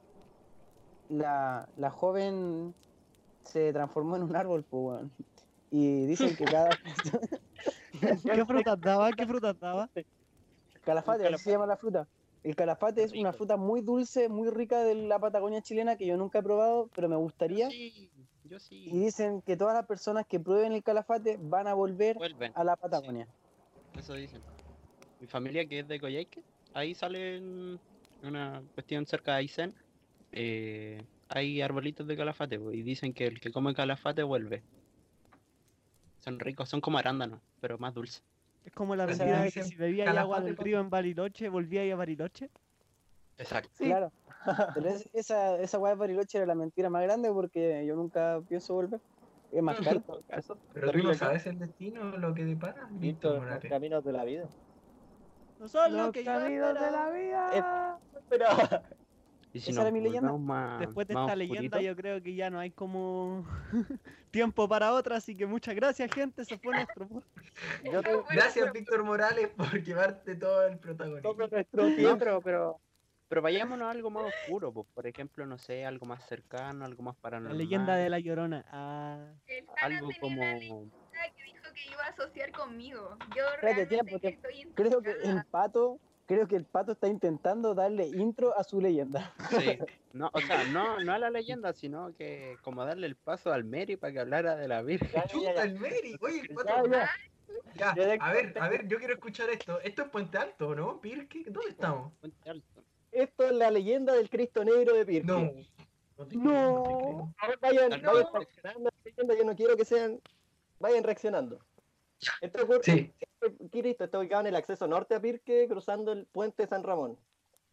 la joven se transformó en un árbol, pues, weón. Y dicen que cada... ¿Qué frutas daba? Calafate, así se llama la fruta. El calafate es una fruta muy dulce, muy rica de la Patagonia chilena que yo nunca he probado, pero me gustaría. Yo sí. Y dicen que todas las personas que prueben el calafate van a volver Vuelven. a la Patagonia. Sí. Eso dicen. Mi familia, que es de Coyhaique, ahí sale una cuestión cerca de Aysén. Hay arbolitos de calafate, pues, y dicen que el que come calafate vuelve. Son ricos, son como arándanos, pero más dulces. Es como la Pero mentira de que dicen si bebías agua Calafate, del po. río en Bariloche, volvías a Bariloche. Exacto. Sí. Claro. Pero esa weá de Bariloche era la mentira más grande porque yo nunca pienso volver. Es más caro. Eso, Pero tú terrible, no sabes el destino, lo que depara, Víctor Víctor, los Morales. caminos de la vida. No son lo Los que yo caminos de la esperaba. vida. Pero Y si Esa nos era mi leyenda. volvemos más, Después de más esta leyenda oscuritos, yo creo que ya no hay como tiempo para otra, así que muchas gracias, gente, eso fue nuestro podcast. yo tengo Gracias, Víctor Morales, por llevarte todo el protagonismo. nuestro tiempo. pero vayámonos a algo más oscuro, pues, por ejemplo, no sé, algo más cercano, algo más La paranormal. leyenda de la Llorona. Ah, El Tana Algo tenía como... una leyenda que dijo que iba a asociar conmigo. Yo Espérate, realmente tiempo. estoy Creo que intrigada. el pato está intentando darle intro a su leyenda. Sí. No, o sea, no a la leyenda, sino que como darle el paso al Mary para que hablara de la Virgen. Chuta, el Mary. Oye, el Ya, pato. ya. Ya, Ya, a ver, yo quiero escuchar esto. Esto es Puente Alto, ¿no? Pirque, ¿dónde estamos? Puente Alto. Esto es la leyenda del Cristo Negro de Pirque. No. No te creo, no te creo. A ver, vayan No. reaccionando a la leyenda, yo no quiero que sean... Vayan reaccionando. Esto ocurre... Sí. Cristo está ubicado en el acceso norte a Pirque, cruzando el puente San Ramón.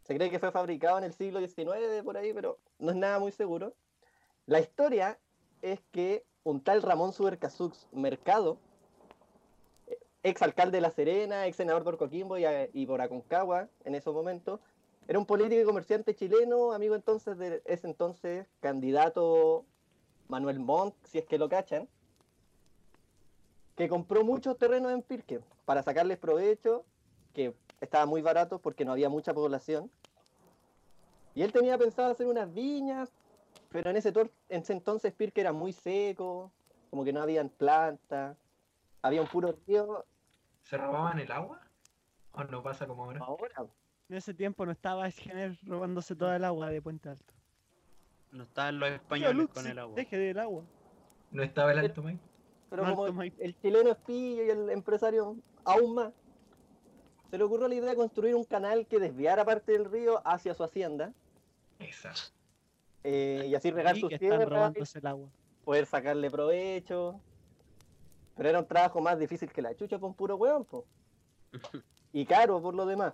Se cree que fue fabricado en el siglo XIX por ahí, pero no es nada muy seguro. La historia es que un tal Ramón Subercaseaux Mercado, ex alcalde de La Serena, ex senador por Coquimbo y por Aconcagua en esos momentos, era un político y comerciante chileno, amigo entonces de ese entonces candidato Manuel Montt, si es que lo cachan, que compró muchos terrenos en Pirque para sacarles provecho, que estaban muy baratos porque no había mucha población. Y él tenía pensado hacer unas viñas, pero en ese entonces Pirque era muy seco, como que no habían plantas, había un puro río. ¿Se robaban el agua? ¿O no pasa como ahora? Ahora, En ese tiempo no estaba Jenner robándose toda el agua de Puente Alto. No estaban los Tío españoles Luxi, con el agua. deje del agua. ¿No estaba el Alto Maipo? pero No, como toma ahí. el chileno es pillo y el empresario aún más, se le ocurrió la idea de construir un canal que desviara parte del río hacia su hacienda, Exacto. y así regar Y sus que están tierras, robándose el agua. poder sacarle provecho. Pero era un trabajo más difícil que la chucha por un puro hueón, po. Y caro por lo demás.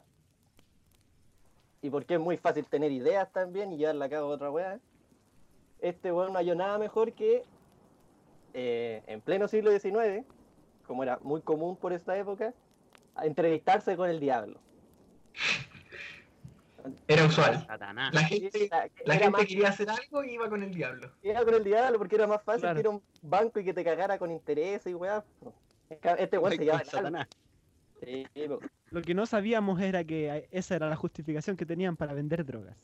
Y porque es muy fácil tener ideas también y llevarla a cabo otra weá. Este weón no halló nada mejor que en pleno siglo XIX, como era muy común por esta época, a entrevistarse con el diablo. Era usual. Satanás. La gente, la Era gente más- quería hacer algo y iba con el diablo. Era con el diablo porque era más fácil Claro. que ir a un banco y que te cagara con interés y weá. Este weón se Con llama el alma. Satanás. Sí, po. Lo que no sabíamos era que esa era la justificación que tenían para vender drogas.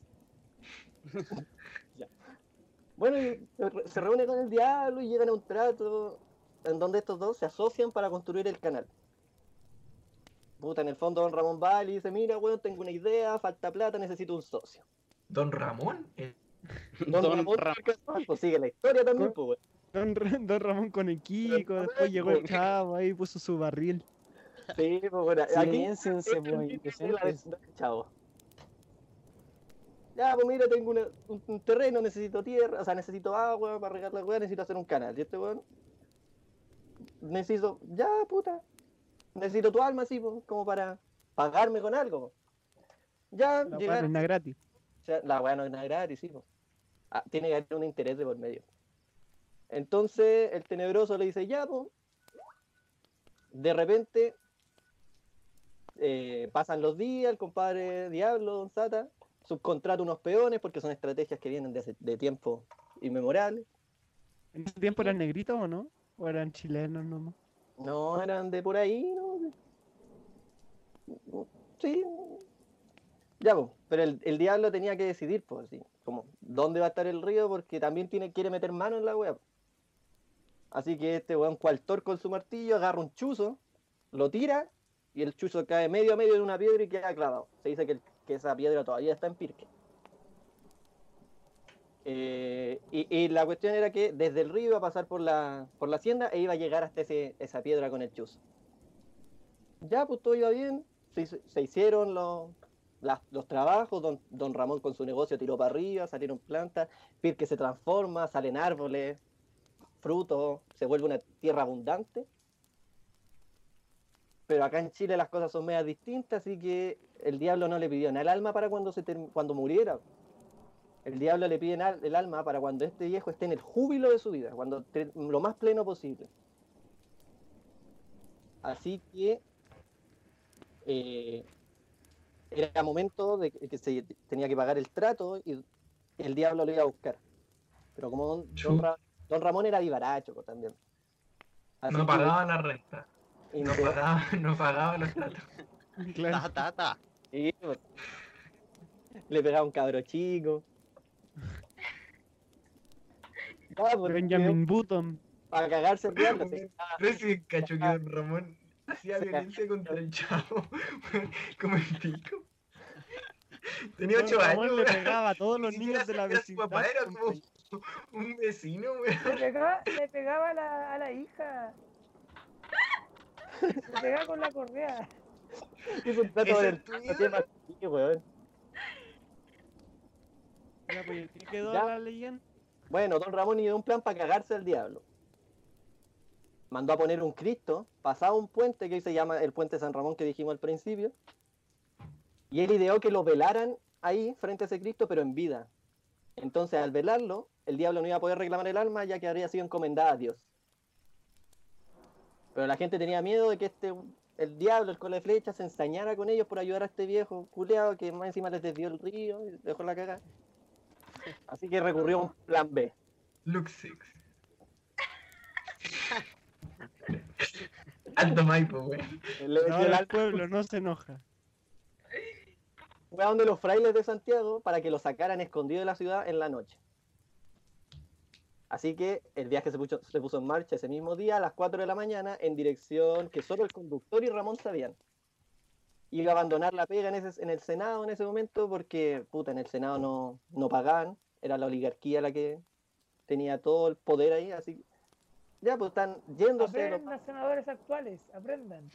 Bueno, y se reúne con el diablo y llegan a un trato en donde estos dos se asocian para construir el canal. Puta, en el fondo Don Ramón va y le dice, mira, weón, tengo una idea, falta plata, necesito un socio. Don Ramón. Don Ramón, pues sigue la historia también, pues, weón. Don Ramón con el Kiko, después llegó el chavo ahí, puso su barril. Sí, pues bueno, Silénciense, este pues, es el indecentes. del chavo. Ya, pues mira, tengo un terreno, necesito tierra, o sea, necesito agua para regar la weá, necesito hacer un canal. Y este weón, necesito, ya, puta, necesito tu alma, así, pues, como para pagarme con algo. Ya, La llegar, es gratis. o sea, la weá no es nada gratis, sí, pues. Ah, tiene que haber un interés de por medio. Entonces, el tenebroso le dice, ya, pues. De repente, pasan los días, el compadre Diablo, Don Sata, subcontrata unos peones porque son estrategias que vienen de tiempo inmemoriales. ¿En ese tiempo eran negritos o no? ¿O eran chilenos nomás? No, eran de por ahí, ¿no? Sí. Ya, pues, pero el diablo tenía que decidir, pues, sí, como, ¿dónde va a estar el río? Porque también quiere meter mano en la wea. Así que este weón cualtor con su martillo agarra un chuzo, lo tira, y el chuzo cae medio a medio de una piedra y queda clavado. Se dice que esa piedra todavía está en Pirque. Y la cuestión era que desde el río iba a pasar por la hacienda e iba a llegar hasta esa piedra con el chuzo. Ya, pues todo iba bien, se hicieron los trabajos, don Ramón con su negocio tiró para arriba, salieron plantas, Pirque se transforma, salen árboles, frutos, se vuelve una tierra abundante. Pero acá en Chile las cosas son medias distintas, así que el diablo no le pidió nada el alma para cuando muriera. El diablo le pide el alma para cuando este viejo esté en el júbilo de su vida, cuando esté lo más pleno posible. Así que era momento de que se tenía que pagar el trato y el diablo lo iba a buscar. Pero como don Ramón era vivaracho también. Así No que- pagaban la renta. y No pagaban los tratos. Claro. Ta. sí, pues, le pegaba un cabro chico. Ah, pues, Benjamin Button. para cagarse el diablo. Sí. Recién cacho que Don Ramón hacía violencia contra el chavo. Como el pico. Tenía Don 8 Ramón años, le weón. pegaba a todos los Ni niños de la siquiera sabía su papá, vecindad. era como un vecino, weón. Le pegaba a la hija. Le pegaba con la correa. Hizo un trato ¿Ese del es tu ídolo? tema así, weón. Ya, pues, ¿qué quedó Ya. la leyenda? Bueno, don Ramón ideó un plan para cagarse al diablo. Mandó a poner un Cristo, pasaba un puente que hoy se llama el puente San Ramón que dijimos al principio, y él ideó que lo velaran ahí frente a ese Cristo, pero en vida. Entonces, al velarlo, el diablo no iba a poder reclamar el alma, ya que habría sido encomendada a Dios. Pero la gente tenía miedo de que el diablo, el cola de flecha, se ensañara con ellos por ayudar a este viejo culeado que más encima les desvió el río y dejó la cagada. Así que recurrió a un plan B. Luxix. Alto Maipo, güey. Le metió el Ahora el alma pueblo no se enoja. fue a donde los frailes de Santiago para que lo sacaran escondido de la ciudad en la noche. Así que el viaje se puso en marcha ese mismo día a las 4 de la mañana en dirección que solo el conductor y Ramón sabían. Iba a abandonar la pega en el Senado en ese momento porque, puta, en el Senado no pagaban, era la oligarquía la que tenía todo el poder ahí, así que ya pues están yéndose. Aprendan, senadores actuales, aprendan.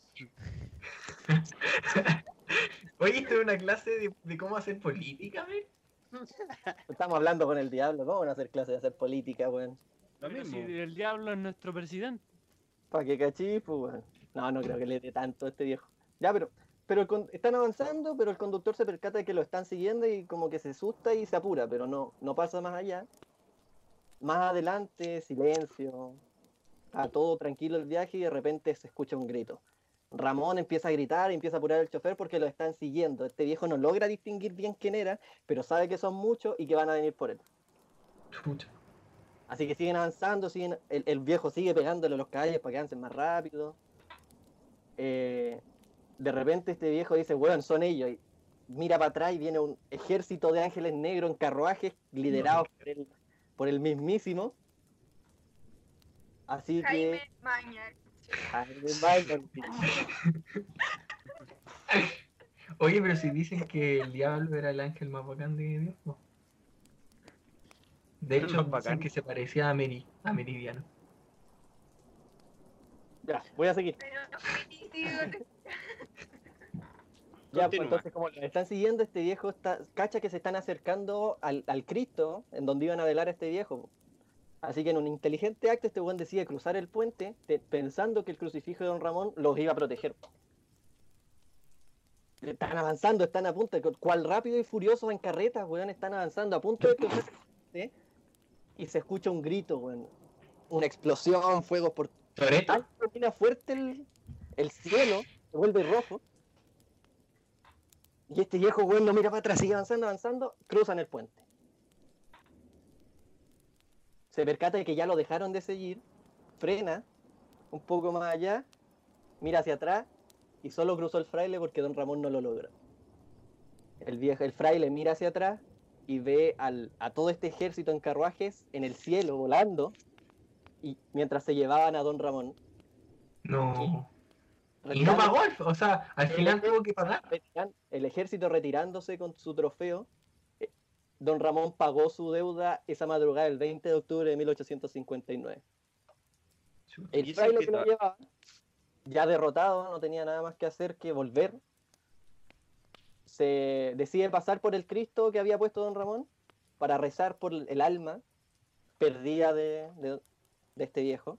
Oye, esto es una clase de cómo hacer política, güey. Estamos hablando con el diablo, ¿cómo van a hacer clases de hacer política, weón? Lo Pero mismo. si el diablo es nuestro presidente. ¿Para qué cachis, pues, weón? No creo que le dé tanto a este viejo. Ya, pero están avanzando, pero el conductor se percata de que lo están siguiendo y como que se asusta y se apura, pero no pasa más allá. Más adelante, silencio. Está todo tranquilo el viaje y de repente se escucha un grito. Ramón empieza a gritar y empieza a apurar al chofer porque lo están siguiendo. Este viejo no logra distinguir bien quién era, pero sabe que son muchos y que van a venir por él. Chucha. Así que siguen avanzando, el viejo sigue pegándole a los caballos para que avancen más rápido. De repente este viejo dice, weón, son ellos. Y mira para atrás y viene un ejército de ángeles negros en carruajes liderados por el mismísimo. Así Jaime que... Mañar. Oye, pero si dicen que el diablo era el ángel más bacán de Dios, ¿no? De El hecho, más dicen bacán. que se parecía a Meridiano. Ya, voy a seguir. Pero sí, sí, Ya, pues, Continúa. entonces como lo están siguiendo, este viejo cacha que se están acercando al Cristo, en donde iban a velar a este viejo. Así que en un inteligente acto este buen decide cruzar el puente, pensando que el crucifijo de Don Ramón los iba a proteger. Están avanzando, están a punto, cual rápido y furiosos en carretas, weón, están avanzando a punto de cruzar el puente, y se escucha un grito, weón. Una explosión, fuegos por... ¿Toreto? Algo ilumina fuerte el cielo, se vuelve rojo. Y este viejo weón no mira para atrás, sigue avanzando, cruzan el puente. Se percata de que ya lo dejaron de seguir, frena un poco más allá, mira hacia atrás y solo cruzó el fraile porque Don Ramón no lo logra. El fraile mira hacia atrás y ve a todo este ejército en carruajes en el cielo volando y mientras se llevaban a Don Ramón. No. Y no pagó, o sea, al final tuvo que pagar. El ejército retirándose con su trofeo. Don Ramón pagó su deuda esa madrugada del 20 de octubre de 1859. El Dicen fraile que que lo llevaba, ya derrotado, no tenía nada más que hacer que volver. Se decide pasar por el Cristo que había puesto Don Ramón para rezar por el alma perdida de este viejo.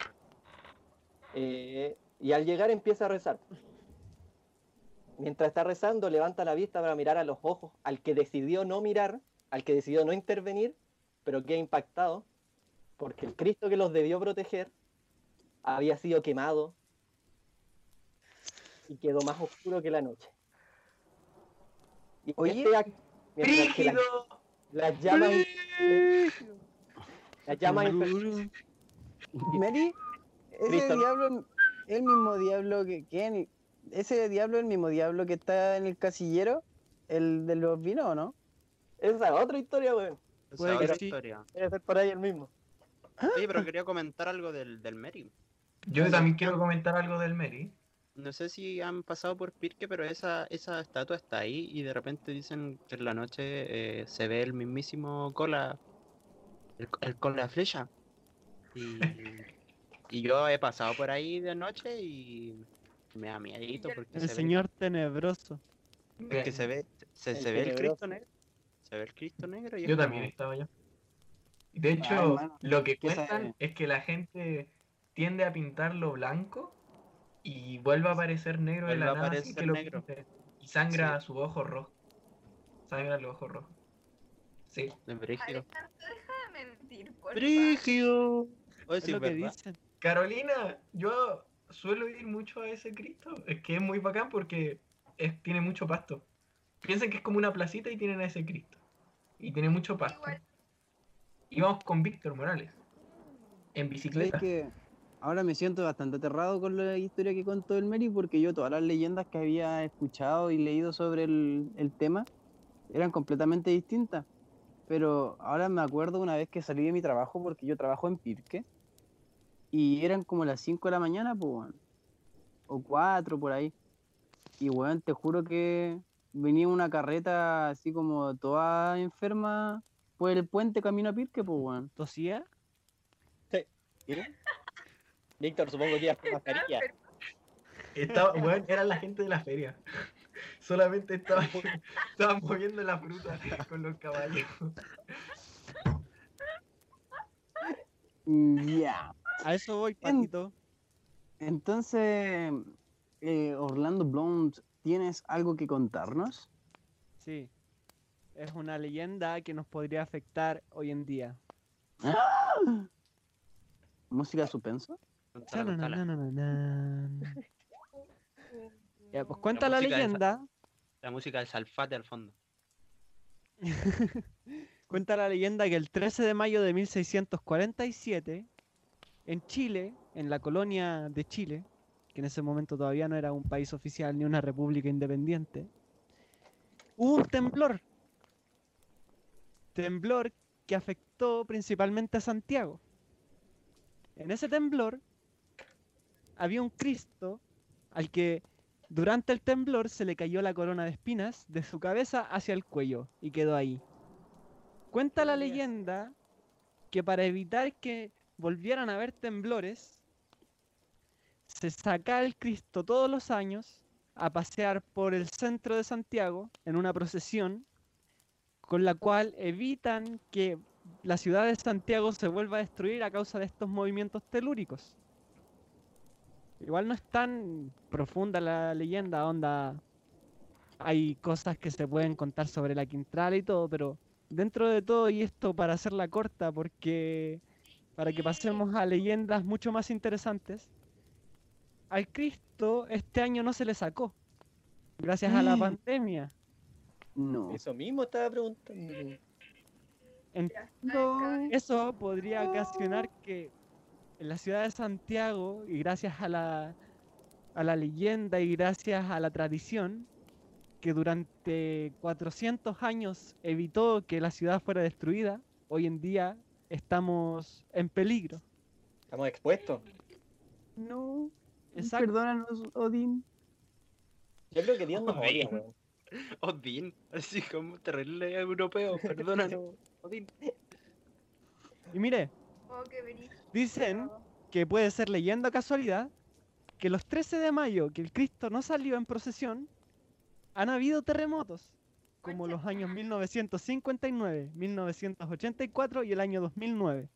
Y al llegar empieza a rezar. Mientras está rezando, levanta la vista para mirar a los ojos al que decidió no mirar, al que decidió no intervenir, pero queda impactado porque el Cristo que los debió proteger había sido quemado y quedó más oscuro que la noche. Y Oye, este acto, mientras que ¡Rígido! las llamas Mary, ese Cristo. diablo es el mismo diablo ese diablo es el mismo diablo que está en el casillero, el de los vinos, ¿o no? esa es otra historia, weón. Esa Puede es que otra sí. historia. Debe ser por ahí el mismo. Oye, pero quería comentar algo del Mary. Yo también quiero comentar algo del Meri. No sé si han pasado por Pirque, pero esa estatua está ahí y de repente dicen que en la noche se ve el mismísimo cola, el cola de flecha. Y yo he pasado por ahí de noche y me da miedito porque El se ve, señor tenebroso. que se ve, se ve el tenebroso. Cristo negro. Se ve el Cristo negro y es Yo como- también estaba allá. De hecho, hermano, lo que ¿qué cuentan sabe? es que la gente tiende a pintarlo blanco y vuelve a aparecer negro de Vuelve la a nada sin aparecer que lo negro. pinte, y sangra Sí. a su ojo rojo. sangran los ojos rojos. Sí. Es brígido. Alejandro, deja de mentir, por ¡Brígido! Oye, Es sí, lo que ¿verdad? dicen. Carolina, yo suelo ir mucho a ese Cristo. Es que es muy bacán porque tiene mucho pasto. Piensen que es como una placita y tienen a ese Cristo. Y tiene mucho pasto. Igual. Íbamos con Víctor Morales. En ¿Sabes bicicleta. que ahora me siento bastante aterrado con la historia que contó el Meri? Porque yo todas las leyendas que había escuchado y leído sobre el tema eran completamente distintas. Pero ahora me acuerdo una vez que salí de mi trabajo, porque yo trabajo en Pirque, y eran como las 5 de la mañana, pues, weón, o 4 por ahí. Y weón, te juro que venía una carreta así como toda enferma por el puente camino a Pirque, pues, weón. ¿Tosía? Víctor, supongo que ibas con mascarilla. Bueno, eran la gente de la feria. Solamente estaban moviendo la fruta con los caballos. Ya. A eso voy, Patito. Entonces, Orlando Bloom, ¿tienes algo que contarnos? Sí. Es una leyenda que nos podría afectar hoy en día. ¿Música de suspenso? Contala, contala. Chanananananan. Ya, pues cuenta la música esa. leyenda. La música del Salfate al fondo. Cuenta la leyenda que el 13 de mayo de 1647, en Chile, en la colonia de Chile, que en ese momento todavía no era un país oficial ni una república independiente, hubo un temblor. Temblor que afectó principalmente a Santiago. En ese temblor había un Cristo al que durante el temblor se le cayó la corona de espinas de su cabeza hacia el cuello y quedó ahí. Cuenta la leyenda que para evitar que volvieran a haber temblores, se saca al Cristo todos los años a pasear por el centro de Santiago en una procesión con la cual evitan que la ciudad de Santiago se vuelva a destruir a causa de estos movimientos telúricos. Igual no es tan profunda la leyenda, onda. Hay cosas que se pueden contar sobre la Quintrala y todo, pero dentro de todo, y esto para hacerla corta, porque para que pasemos a leyendas mucho más interesantes, al Cristo este año no se le sacó, gracias a la pandemia. No. Eso mismo estaba preguntando. Eso podría ocasionar que en la ciudad de Santiago, y gracias a la leyenda y gracias a la tradición, que durante 400 años evitó que la ciudad fuera destruida, hoy en día estamos en peligro. Estamos expuestos. No. Exacto. Perdónanos, Odín. Yo creo que Dios nos Odín. odia, weón. Odín, así como terrible europeo, perdónanos. Odín. Y mire, Oh, qué brillo. dicen que puede ser leyenda o casualidad que los 13 de mayo que el Cristo no salió en procesión, han habido terremotos, como los años 1959, 1984 y el año 2009.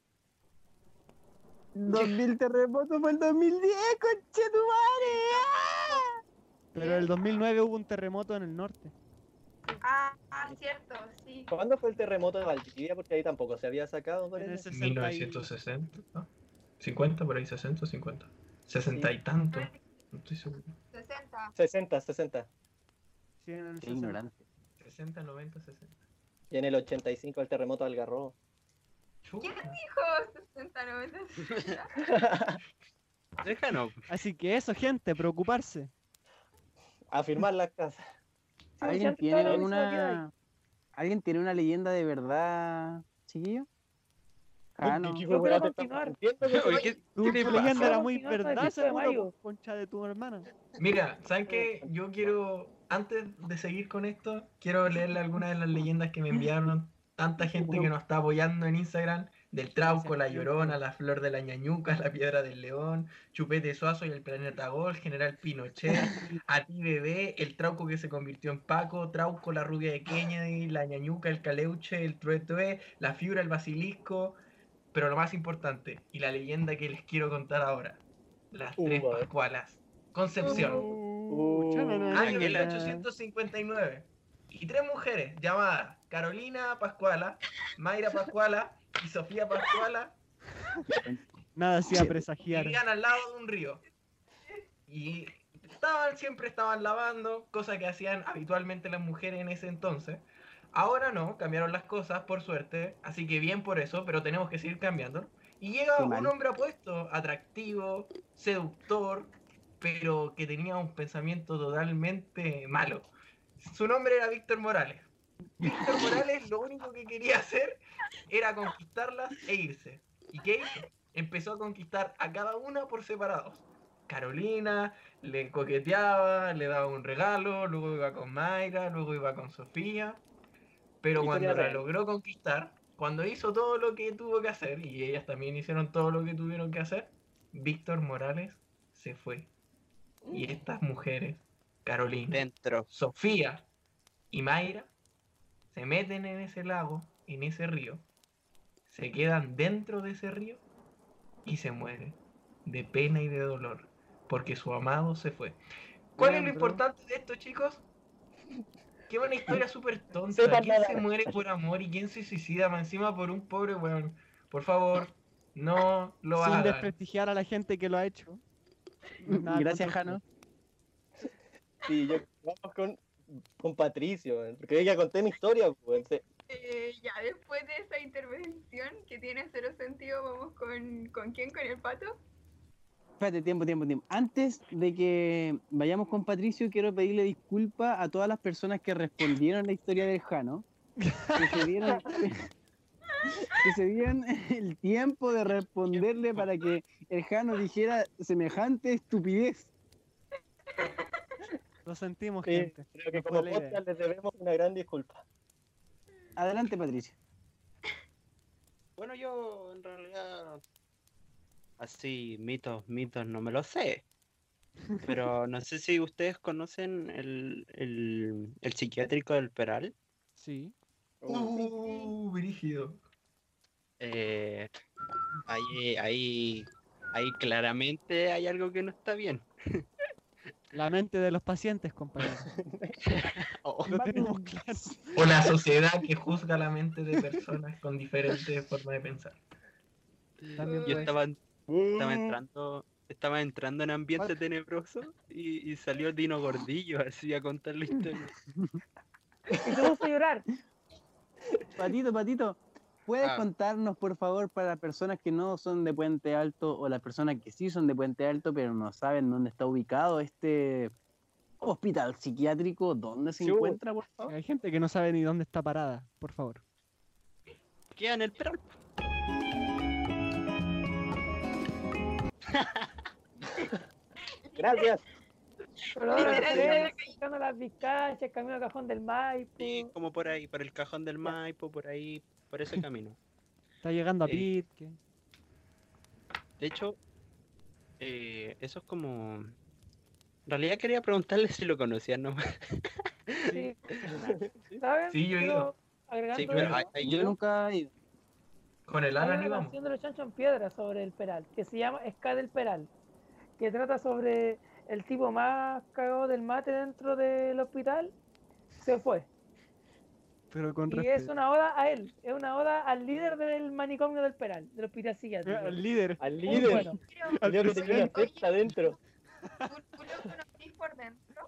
2000 terremotos fue el 2010, conchetumare. Pero en el 2009 hubo un terremoto en el norte. Ah, cierto, sí. ¿Cuándo fue el terremoto de Valdivia? Porque ahí tampoco se había sacado. En el parece. 60 y- 1960, ¿no? 50, por ahí 60, 50. 60 y tanto. No estoy seguro. 60. 60. Sí, en el Qué 60. ignorante. 60, 90, 60. Y en el 85 el terremoto de Algarrobo. ¿Quién Chuta. dijo 60, 90, 60? Déjanos. Así que eso, gente, preocuparse. A firmar las casas. ¿Alguien antes estaba tiene la misma que hay. ¿Alguien tiene una leyenda de verdad, chiquillo? Ah, no. ¿Qué Yo weá quiero te estás continuar. mintiendo, Oye, weón? ¿qué Tu le leyenda pasa? era muy Continuando verdad, el 5 de seguro, mayo. concha de tu hermana. Mira, ¿saben qué? Yo quiero, antes de seguir con esto, quiero leerle algunas de las leyendas que me enviaron tanta gente que nos está apoyando en Instagram, del Trauco, la Llorona, la Flor de la Ñañuca, la Piedra del León, Chupete Suazo y el Planeta Gol, General Pinochet, A ti Bebé, el Trauco que se convirtió en Paco, Trauco, la Rubia de Kennedy, la Ñañuca, el Caleuche, el Truetue, la Fibra, el Basilisco, pero lo más importante, y la leyenda que les quiero contar ahora, las tres a ver. Pascualas. Concepción, Chananana. año Ángela. 1859. y 3 mujeres llamadas Carolina Pascuala, Mayra Pascuala y Sofía Pascuala Nada hacía presagiar. vivían al lado de un río. Y siempre estaban lavando, cosa que hacían habitualmente las mujeres en ese entonces. Ahora no, cambiaron las cosas, por suerte, así que bien por eso, pero tenemos que seguir cambiando. Y llega Qué un mal. hombre apuesto, atractivo, seductor, pero que tenía un pensamiento totalmente malo. Su nombre era Víctor Morales. Víctor Morales lo único que quería hacer era conquistarlas e irse. ¿Y qué hizo? Empezó a conquistar a cada una por separados. Carolina le coqueteaba, le daba un regalo, luego iba con Mayra, luego iba con Sofía. Pero Historia cuando la real. logró conquistar, cuando hizo todo lo que tuvo que hacer, y ellas también hicieron todo lo que tuvieron que hacer, Víctor Morales se fue. Y estas mujeres, Carolina, Dentro. Sofía y Mayra, se meten en ese lago, en ese río, se quedan dentro de ese río y se mueren de pena y de dolor, porque su amado se fue. ¿Cuál es lo Bien, bro. importante de esto, chicos? Que es una historia súper tonta. Sepan ¿Quién se nadar. muere por amor y quién se suicida más encima por un pobre weón? Por favor, no lo Sin hagan. desprestigiar a la gente que lo ha hecho. Nada Gracias, contra Jano. Sí, vamos con Patricio, weón, porque yo ya conté mi historia, weón. Ya después de esa intervención que tiene cero sentido, vamos con quién, con el pato. Espérate, tiempo. Antes de que vayamos con Patricio, quiero pedirle disculpas a todas las personas que respondieron la historia del Jano. Que se dieron el tiempo de responderle para que el Jano dijera semejante estupidez. Lo sentimos, Sí, gente. creo que No fue como la idea. podcast les debemos una gran disculpa. Adelante, Patricio. Bueno, yo en realidad así mitos no me lo sé. Pero no sé si ustedes conocen el psiquiátrico del Peral. Sí. Brígido. Ahí claramente hay algo que no está bien. La mente de los pacientes, compañero. Oh, Lo tenemos claro. O la sociedad que juzga la mente de personas con diferentes formas de pensar. También yo puede estaba entrando en ambiente tenebroso y salió Dino Gordillo así a contar la historia. Y te gusta llorar. Patito, ¿puedes Ah. contarnos, por favor, para las personas que no son de Puente Alto o las personas que sí son de Puente Alto, pero no saben dónde está ubicado este hospital psiquiátrico, dónde se Sí, encuentra, por favor? Hay gente que no sabe ni dónde está parada, por favor. Queda en el Peral. Gracias. Pero ahora Literal, estoy buscando las Vizcachas, camino al cajón del Maipo. Sí, como por ahí, por el cajón del Maipo, por ahí, por ese camino. Está llegando a Sí. Pitque. De hecho, eso es como... En realidad quería preguntarle si lo conocían nomás. Sí. ¿Saben? Sí, yo he Pero ido. agregando Sí, pero eso, Yo nunca he ido. Con el hay Alan una íbamos. canción de los Chancho en Piedra sobre el Peral, que se llama Ska del Peral, que trata sobre el tipo más cagado del mate dentro del hospital, se fue. Pero con Y es respeto. una oda a él, es una oda al líder del manicomio del Peral, del hospital psiquiátrico. Al líder. Al Muy líder. bueno. Al Creo que tenía una presidente. secta adentro. ¿Tú lo conocís por dentro?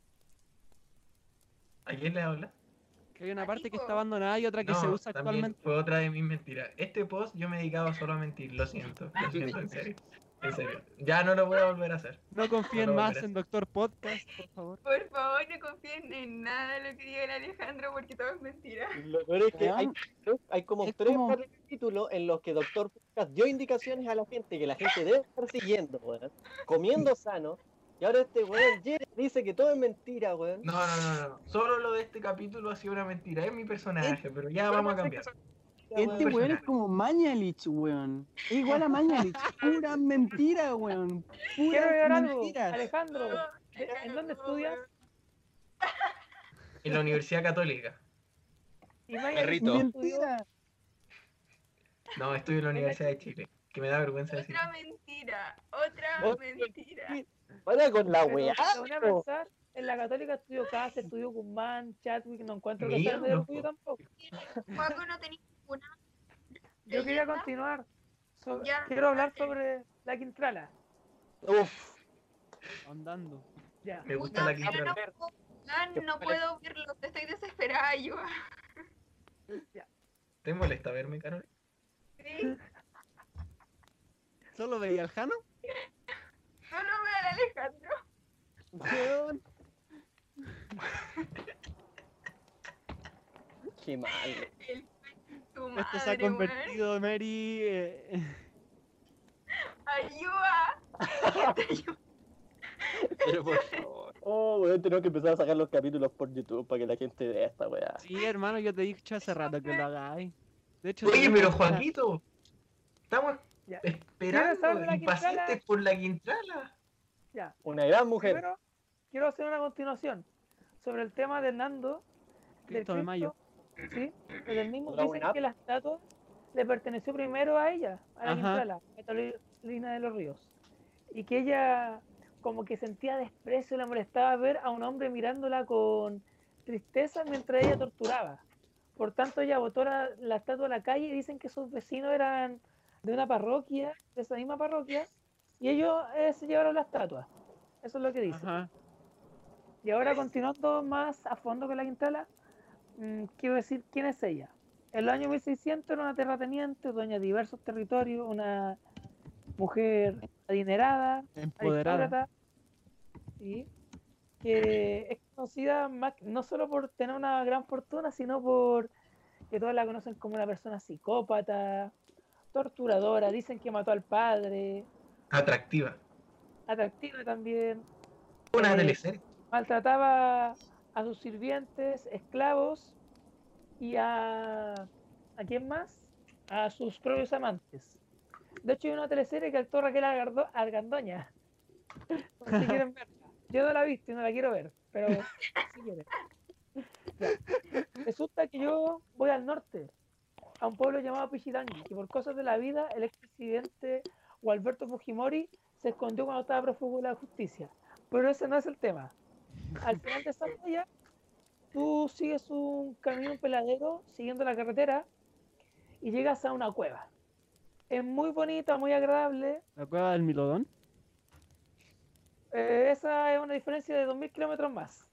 ¿A quién le habla? Que hay una parte que Amigo. está abandonada y otra que se No, usa también actualmente. fue otra de mis mentiras. Este post yo me dedicaba solo a mentir, lo siento, en serio. En serio. Ya no lo voy a volver a hacer. No confíen No lo más volveré a en Doctor Podcast, por favor. Por favor, no confíen en nada de lo que diga el Alejandro porque todo es mentira. Lo peor es que hay como Es 3 como- o 4 capítulos en los que Doctor Podcast dio indicaciones a la gente que la gente debe estar siguiendo, weón. Comiendo sano. Y ahora este weón Jerry dice que todo es mentira, weón. No. Solo lo de este capítulo ha sido una mentira. Es mi personaje, pero ya vamos a cambiar. Este weón es como Mañalich, weón. Es igual a Mañalich. Pura mentira, weón. Quiero Pura ver algo, mentiras. Alejandro, ¿en dónde estudias? En la Universidad Católica. Y Maya, Perrito. ¿dónde estudió? Mentira. No, estudio en la Universidad de Chile. Que me da vergüenza decir. Otra mentira, otra Oh, mentira. Para con la Pero weá. te voy a pensar en la Católica estudió Cáceres, estudió Guzmán, Chadwick, no encuentro que Mira, sea de no, orgullo tampoco. Juaco no tenía ninguna. Yo quería leyenda. continuar. Ya, Quiero hablar dale. sobre la Quintrala. Uf, Andando. Ya. Me gusta la Puta, pero no Quintrala. puedo, no puedo verlo, estoy desesperada, ayuda. ¿Te molesta verme, Carol? Sí, ¿Solo veía al Jano? solo veo al Alejandro. Weón. qué mal. El tu Esto se ha madre, weón. convertido, Mary. Ayuda. Pero por favor. Oh, weón, tenemos que empezar a sacar los capítulos por YouTube para que la gente vea esta weá. Sí, hermano, yo te he dicho hace rato que lo hagáis. De hecho, Oye, tenemos pero una- Joaquito, estamos Ya. esperando, saber de la impacientes Quintrala? por la Quintrala. Ya. Una gran mujer. Primero, quiero hacer una continuación sobre el tema de Nando. Del Cristo de Mayo. Sí, pero el mismo Otra dicen buena. que la estatua le perteneció primero a ella, a la Ajá. Quintrala, Catalina de los Ríos. Y que ella como que sentía desprecio, le molestaba ver a un hombre mirándola con tristeza mientras ella torturaba. Por tanto, ella botó la estatua a la calle y dicen que sus vecinos eran de una parroquia, de esa misma parroquia, y ellos se llevaron la estatua. Eso es lo que dicen. Ajá. Y ahora continuando más a fondo con la Quintrala, quiero decir quién es ella. En los años 1600 era una terrateniente, dueña de diversos territorios, una mujer adinerada, Empoderada. aristócrata, ¿sí? Que es conocida más, no solo por tener una gran fortuna, sino por que todos la conocen como una persona psicópata, torturadora, dicen que mató al padre, Atractiva. atractiva también. Una Eh, teleserie. Maltrataba a sus sirvientes, esclavos y ¿a quién más? A sus propios amantes. De hecho hay una teleserie que actuó Raquel Argandoña. Por si quieren verla. Yo no la he visto y no la quiero ver, pero si quieren. Ya. Resulta que yo voy al norte, a un pueblo llamado Pichidangui, y por cosas de la vida el expresidente Gualberto Fujimori se escondió cuando estaba prófugo de la justicia. Pero ese no es el tema. Al final de esa playa, tú sigues un camino, un peladero, siguiendo la carretera, y llegas a una cueva. Es muy bonita, muy agradable. La cueva del Milodón. Esa es una diferencia de 2000 kilómetros más.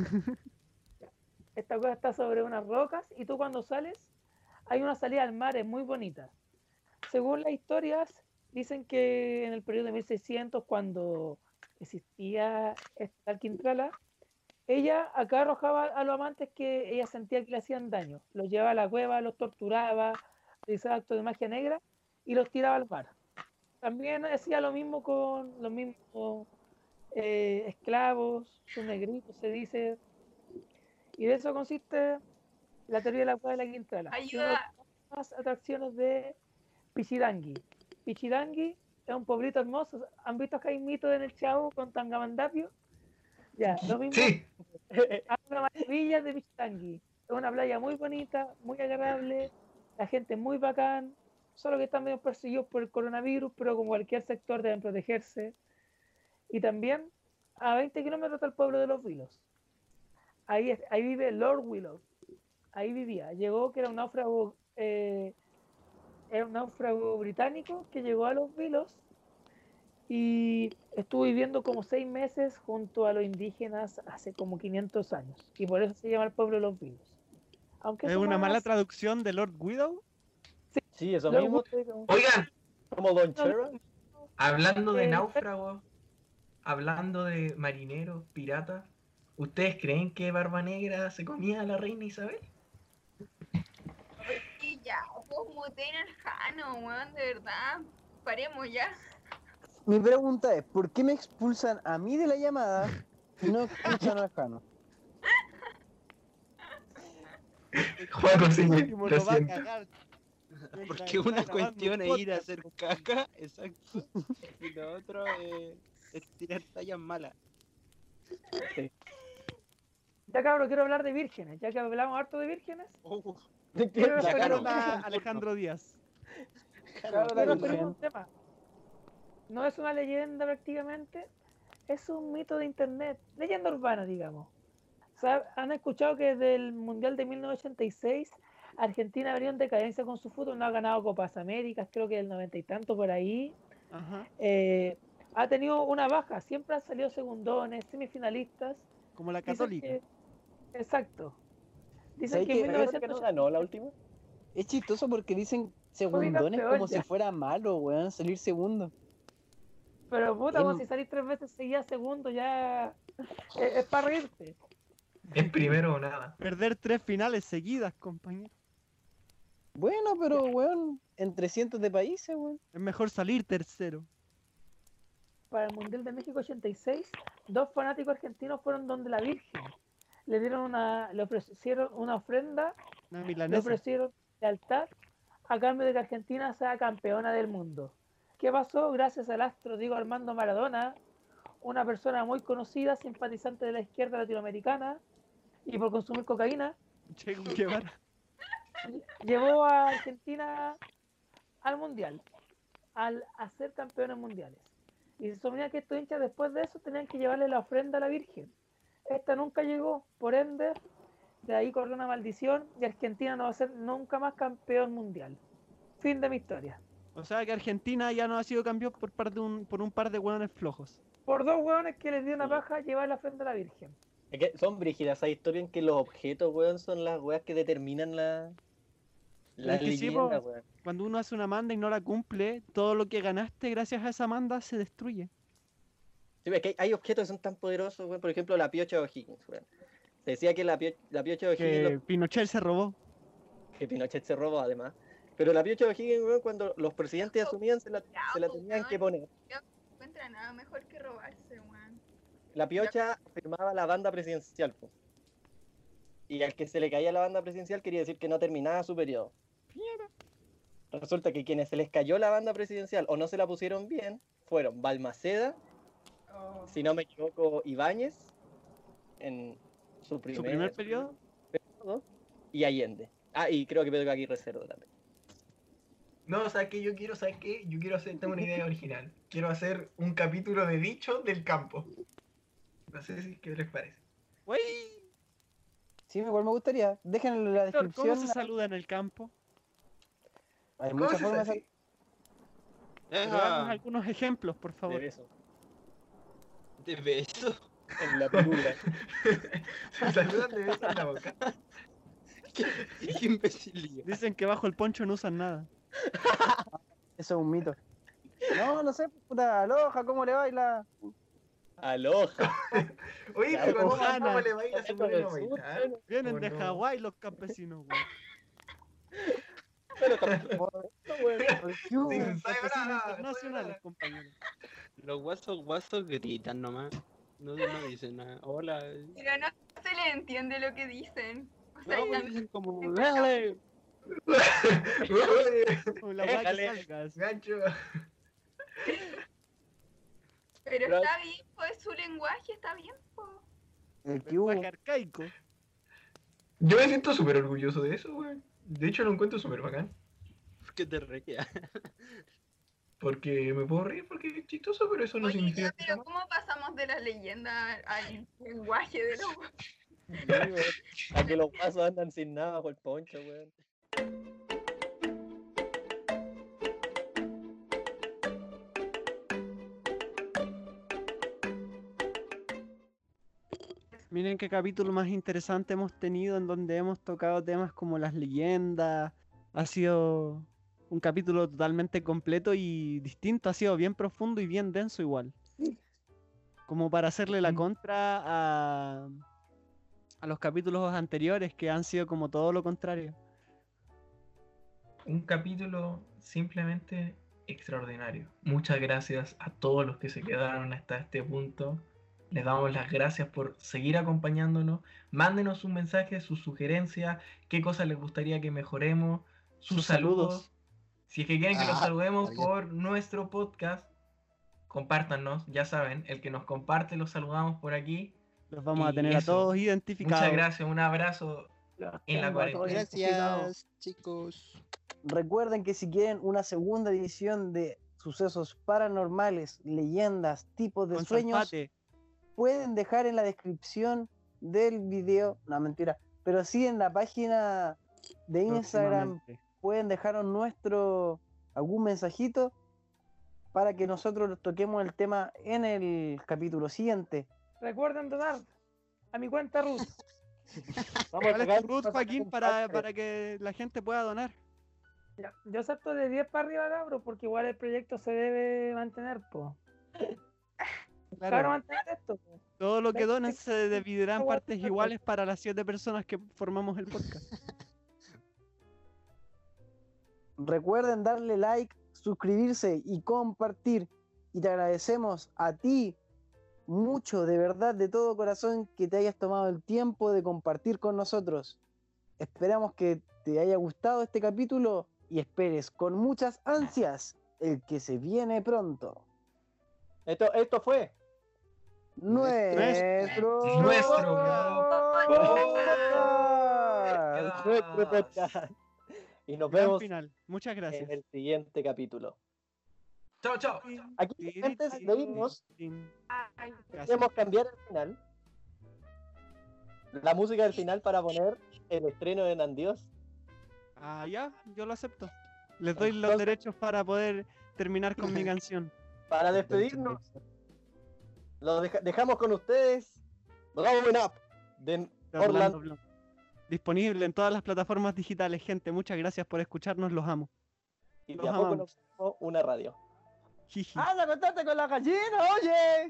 Esta cueva está sobre unas rocas y tú cuando sales hay una salida al mar, es muy bonita. Según las historias, dicen que en el periodo de 1600, cuando existía esta Alquintrala, ella acá arrojaba a los amantes que ella sentía que le hacían daño. Los llevaba a la cueva, los torturaba, realizaba actos de magia negra y los tiraba al mar. También hacía lo mismo con los mismos esclavos, sus negritos, se dice. Y de eso consiste la teoría de la cueva de la Quintrala. Ayuda. Más atracciones de Pichidangui. Pichidangui es un pueblito hermoso. ¿Han visto a Jaimito en el Chavo con Tangamandapio? Ya, lo mismo. Sí. Hay una maravilla de Pichidangui. Es una playa muy bonita, muy agradable, la gente es muy bacán, solo que están medio perseguidos por el coronavirus, pero como cualquier sector deben protegerse. Y también a 20 kilómetros está el pueblo de Los Vilos. Ahí vive Lord Willow. Ahí vivía. Llegó que era un náufrago británico que llegó a Los Vilos y estuvo viviendo como 6 meses junto a los indígenas hace como 500 años. Y por eso se llama el pueblo de Los Vilos. Aunque ¿Es eso una más- mala traducción de Lord Widow? Sí, eso Lord mismo, Willow- Oigan, como Don Chera. hablando de Eh, náufragos, hablando de marineros, piratas, ¿ustedes creen que Barba Negra se comía a la reina Isabel? Y ya, vos muteen al Jano, weón, de verdad. Paremos ya. Mi pregunta es, ¿por qué me expulsan a mí de la llamada y no expulsan al Jano? Juaco, sí, Como lo lo va a siento. cagar. Porque una cuestión es ir a hacer caca, exacto. Y lo otro es tirar tallas malas. Ya cabrón, quiero hablar de vírgenes. Ya que hablamos harto de vírgenes, quiero Ya, referirme Caro. Sacaron a Alejandro Díaz. quiero referirme a un tema. No es una leyenda prácticamente, es un mito de internet, leyenda urbana, digamos. ¿Han escuchado que desde el Mundial de 1986 Argentina venía en decadencia con su fútbol? No ha ganado Copas Américas, creo que del 90 y tanto por ahí. Ajá. Ha tenido una baja, siempre han salido segundones, semifinalistas. Como la Dicen Católica. exacto. Dicen ¿Sabes que qué? en ¿Por qué no 1980 ganó la última? Es chistoso porque dicen segundones campeón como ya. si fuera malo, weón, salir segundo. Pero puta, En- si salís 3 veces seguidas segundo ya es para reírte. Es primero o nada. Perder 3 finales seguidas, compañero. Bueno, pero weón, en 300 de países, weón. Es mejor salir tercero. Para el Mundial de México 86, 2 fanáticos argentinos fueron donde la Virgen. Le ofrecieron una ofrenda, Una le milanesa. ofrecieron lealtad a cambio de que Argentina sea campeona del mundo. ¿Qué pasó? Gracias al astro Diego Armando Maradona, una persona muy conocida, simpatizante de la izquierda latinoamericana y por consumir cocaína, Che Guevara. llevó a Argentina al mundial, a ser campeones mundiales. Y se suponía que estos hinchas después de eso tenían que llevarle la ofrenda a la Virgen. Esta nunca llegó, por ende, de ahí corrió una maldición y Argentina no va a ser nunca más campeón mundial. Fin de mi historia. O sea que Argentina ya no ha sido campeón por un par de hueones flojos. Por 2 hueones que les dio una paja llevar la ofrenda a la Virgen. Es que son brígidas esas historias en que los objetos, weón, son las weas que determinan la Es que sí, leyenda, po. weón. Cuando uno hace una manda y no la cumple, todo lo que ganaste gracias a esa manda se destruye. Sí, es que hay objetos que son tan poderosos, weón. Por ejemplo, la piocha de O'Higgins, weón. Se decía que la piocha de O'Higgins, Que Pinochet se robó. que Pinochet se robó además. Pero la piocha de O'Higgins, weón, cuando los presidentes asumían, se la tenían que poner. No encuentra nada mejor que robarse, weón. La piocha firmaba la banda presidencial, po. Y al que se le caía la banda presidencial quería decir que no terminaba su periodo. Resulta que quienes se les cayó la banda presidencial o no se la pusieron bien fueron Balmaceda, Oh. si no me equivoco, Ibáñez, en su Primer periodo. periodo, y Allende. Ah, y creo que Pedro Aguirre Cerdo también. No, ¿sabes qué? ¿Sabes qué? Yo quiero hacer, tengo una idea original. Quiero hacer un capítulo de bichos del campo. No sé si qué les parece. Wey, Sí, igual me gustaría. Déjenlo en la Víctor, ¿cómo descripción. se saluda en el campo? Hay ¿Cómo muchas se formas de saluda? Pero damos algunos ejemplos, por De favor. beso. De beso. En la pelula. Se saludan de beso en la boca. Qué imbecilidad. Dicen que bajo el poncho no usan nada. Eso es un mito. No, no sé, puta, aloja, ¿cómo le baila? Aloha. Oye, Ya, pero cuando Ohana. ¿cómo le baila se pone a Con el bailar? sur, Vienen ¿O de no? Hawái los campesinos, güey. pero tampoco, weón. Dicen, Campesinos "Sayonara, internacionales, sayonara". compañeros. Los guasos gritan nomás. No dicen nada. Hola. Pero no se le entiende lo que dicen. O sea, No, pues ya- dicen como, dale. Como la weá que Déjale. salgas. Gancho. pero Pero- está bien, pues su lenguaje está bien, pues. El que hubo. Lenguaje arcaico. Yo me siento súper orgulloso de eso, güey. De hecho, lo encuentro súper bacán. Que te requea. Porque me puedo reír porque es chistoso, pero eso no Oye, significa ya, que sea pero ¿cómo pasamos de la leyenda al lenguaje de los Sí, weón. A que los guasos andan sin nada bajo el poncho, weón. Miren qué capítulo más interesante hemos tenido en donde hemos tocado temas como las leyendas. Ha sido un capítulo totalmente completo y distinto. Ha sido bien profundo y bien denso igual. Como para hacerle la contra a los capítulos anteriores que han sido como todo lo contrario. un capítulo simplemente extraordinario. Muchas gracias a todos los que se quedaron hasta este punto. Les damos las gracias por seguir acompañándonos. Mándenos un mensaje, sus sugerencias, qué cosas les gustaría que mejoremos, sus saludos. Si es que quieren que los saludemos está bien. por nuestro podcast, compártanos, ya saben, el que nos comparte los saludamos por aquí. Los vamos a Y tener a eso. todos identificados. Muchas gracias, un abrazo en la cuarentena. Gracias, chicos. Recuerden que si quieren una segunda edición de sucesos paranormales, leyendas, tipos de Con sueños, Salpate. pueden dejar en la descripción del video, no mentira, pero sí en la página de Instagram Próximamente. pueden dejarnos algún mensajito para que nosotros toquemos el tema en el capítulo siguiente. Recuerden donar a mi cuenta Ruth. Vamos a ¿Cuál es sacar tu root, Joaquín, para que la gente pueda donar? Yo acepto de 10 para arriba, cabros, porque igual el proyecto se debe mantener, po. Claro, Cabros, mantener esto, po. todo lo que donen se dividirá en Igual, partes iguales para las 7 personas que formamos el podcast. Recuerden darle like, suscribirse y compartir. Y te agradecemos a ti mucho, de verdad, de todo corazón, que te hayas tomado el tiempo de compartir con nosotros. Esperamos que te haya gustado este capítulo y esperes con muchas ansias el que se viene pronto. Esto fue. Nuestro podcast. Y nos Gran vemos final. Muchas en gracias. el siguiente capítulo. Chao, chao. Aquí, antes de irnos, Ay, queremos cambiar el final. La música del final para poner el estreno de Nandios. Ah, ya, yo lo acepto. Les doy los Entonces- derechos para poder terminar con mi canción. Para despedirnos, lo dejamos con ustedes. Blowing Up de de Orlando. Bloom. Disponible en todas las plataformas digitales, gente. Muchas gracias por escucharnos, los amo. Y Los de a poco amamos. nos vemos una radio. Jiji. ¡Anda, acostarte con la gallina, oye!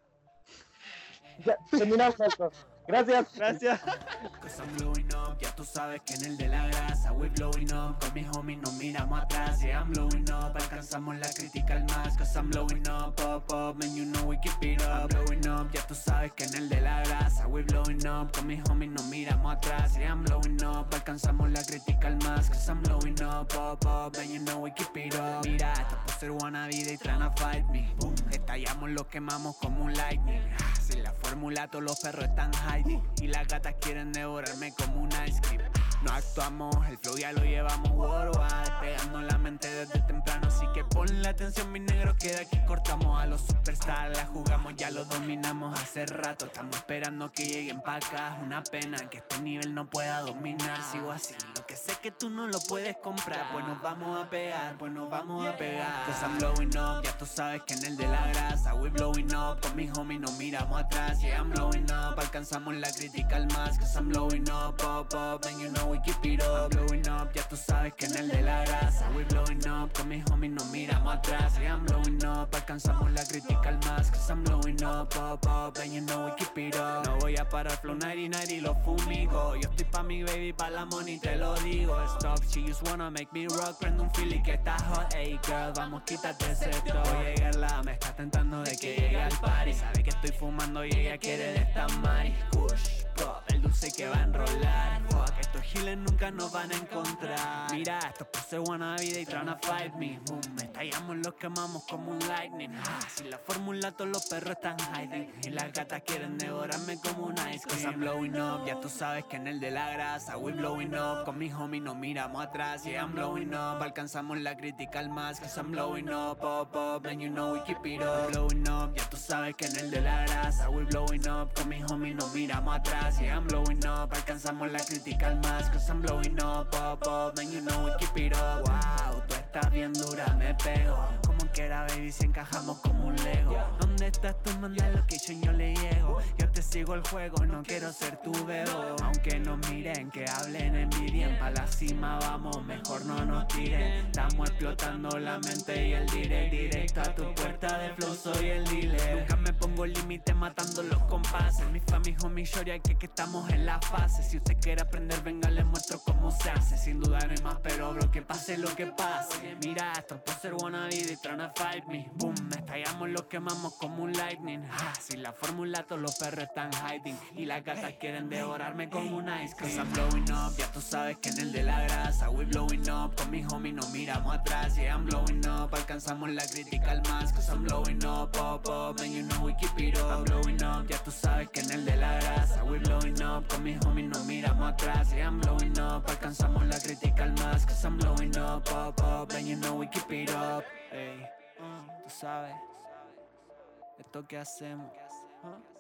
Ya, terminamos esto. Gracias. Gracias. Cause I'm blowing up, ya tú sabes que en el de la grasa we blowing up, con mis homies nos miramos atrás. Yeah, I'm blowing up, alcanzamos la crítica al más. Cause I'm blowing up, up, up, man, you know we keep it up. I'm blowing up, ya tú sabes que en el de la grasa we blowing up, con mis homies nos miramos atrás. Yeah, I'm blowing up, alcanzamos la crítica al más. Cause I'm blowing up, man, you know we keep it up. Mira, estos poser wannabe, they tryna fight me. Boom, estallamos, lo quemamos como un lightning. Si la fórmula, todos los perros están hiding y las gatas quieren devorarme como un ice cream. No actuamos, el flow ya lo llevamos worldwide, pegando la mente desde temprano. Así que ponle atención, mi negro, que de aquí cortamos a los superstars. La jugamos, ya lo dominamos hace rato. Estamos esperando que lleguen pa' acá. Una pena que este nivel no pueda dominar. Sigo así, lo que sé que tú no lo puedes comprar. Pues nos vamos a pegar, pues nos vamos a pegar. Cause I'm blowing up, ya tú sabes que en el de la grasa we blowing up, con mis homies nos miramos atrás. Yeah, I'm blowing up, alcanzamos la crítica al más. Cause I'm blowing up, up, up, and you know we keep it up. I'm blowing up, ya tú sabes que en el de la grasa we blowing up, con mis homies nos miramos atrás. Yeah, I'm blowing up, alcanzamos la crítica al más. Cause I'm blowing up, and you know we keep it up. No voy a parar, flow 99 y lo fumigo. Yo estoy pa' mi baby, pa' la money, te lo digo. Stop, she just wanna make me rock. Prende un feeling que está hot, hey girl, vamos, quítate ese top. Voy a llegarla, me está tentando de que llegue al party. Sabe que estoy fumando y ella quiere de esta mari. Kush, pop, el dulce que va a enrolar. Fuck, estos giles nunca nos van a encontrar. Mira, estos poses wannabe, they tryna fight me. Boom, estallamos, los quemamos como un lightning. Si la fórmula, todos los perros están hiding y las gatas quieren devorarme como un ice cream. Cause I'm blowing up, ya tú sabes que en el de la grasa we blowing up, con mis homies nos miramos atrás. Yeah, I'm blowing up, alcanzamos la crítica al más. Cause I'm blowing up, up, and you know we keep it up. Blowing up, ya tú sabes que en el de la grasa we blowing up, con mis homies nos miramos atrás. Yeah, I'm blowing up, alcanzamos la crítica al más. Cause I'm blowing up, and you know we keep it up. Wow, tú estás bien dura, me pego. Como quiera, baby, si encajamos como un Lego. ¿Dónde estás tú? Manda location, yo le llego. Yo te sigo el juego, no quiero ser tu bebo. Aunque nos miren, que hablen, envidien. Pa' la cima vamos, mejor no nos tiren. Estamos explotando la mente y el directo a tu puerta de flow, soy el dealer. Nunca me pongo límite matando los compases. Mi fami, homie, shoria, que estamos en la fase. Si usted quiere aprender, venga, les muestro cómo se hace. Sin duda no hay más, pero bro, que pase lo que pase. Mira, estos poser wannabe, they tryna fight me. Boom, estallamos, los quemamos como un lightning. Si la fórmula, todos los perros están hiding y las gatas quieren devorarme como un ice cream. Cause I'm blowing up, ya tú sabes que en el de la grasa we blowing up, con mis homies nos miramos atrás. Yeah, I'm blowing up, alcanzamos la crítica al más. Cause I'm blowing up, and you know we keep it up. I'm blowing up, ya tú sabes que en el de la grasa we blowing up, con mis homies nos miramos atrás. Yeah, I'm blowing up, alcanzamos la crítica al más. Cause I'm blowing up, and you know we keep it up. Ey, tú sabes, esto que hacemos,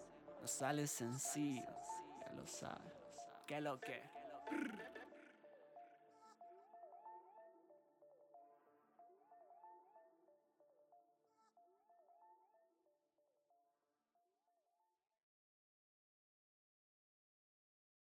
no sale sencillo, ya lo sabes. ¿Qué lo que?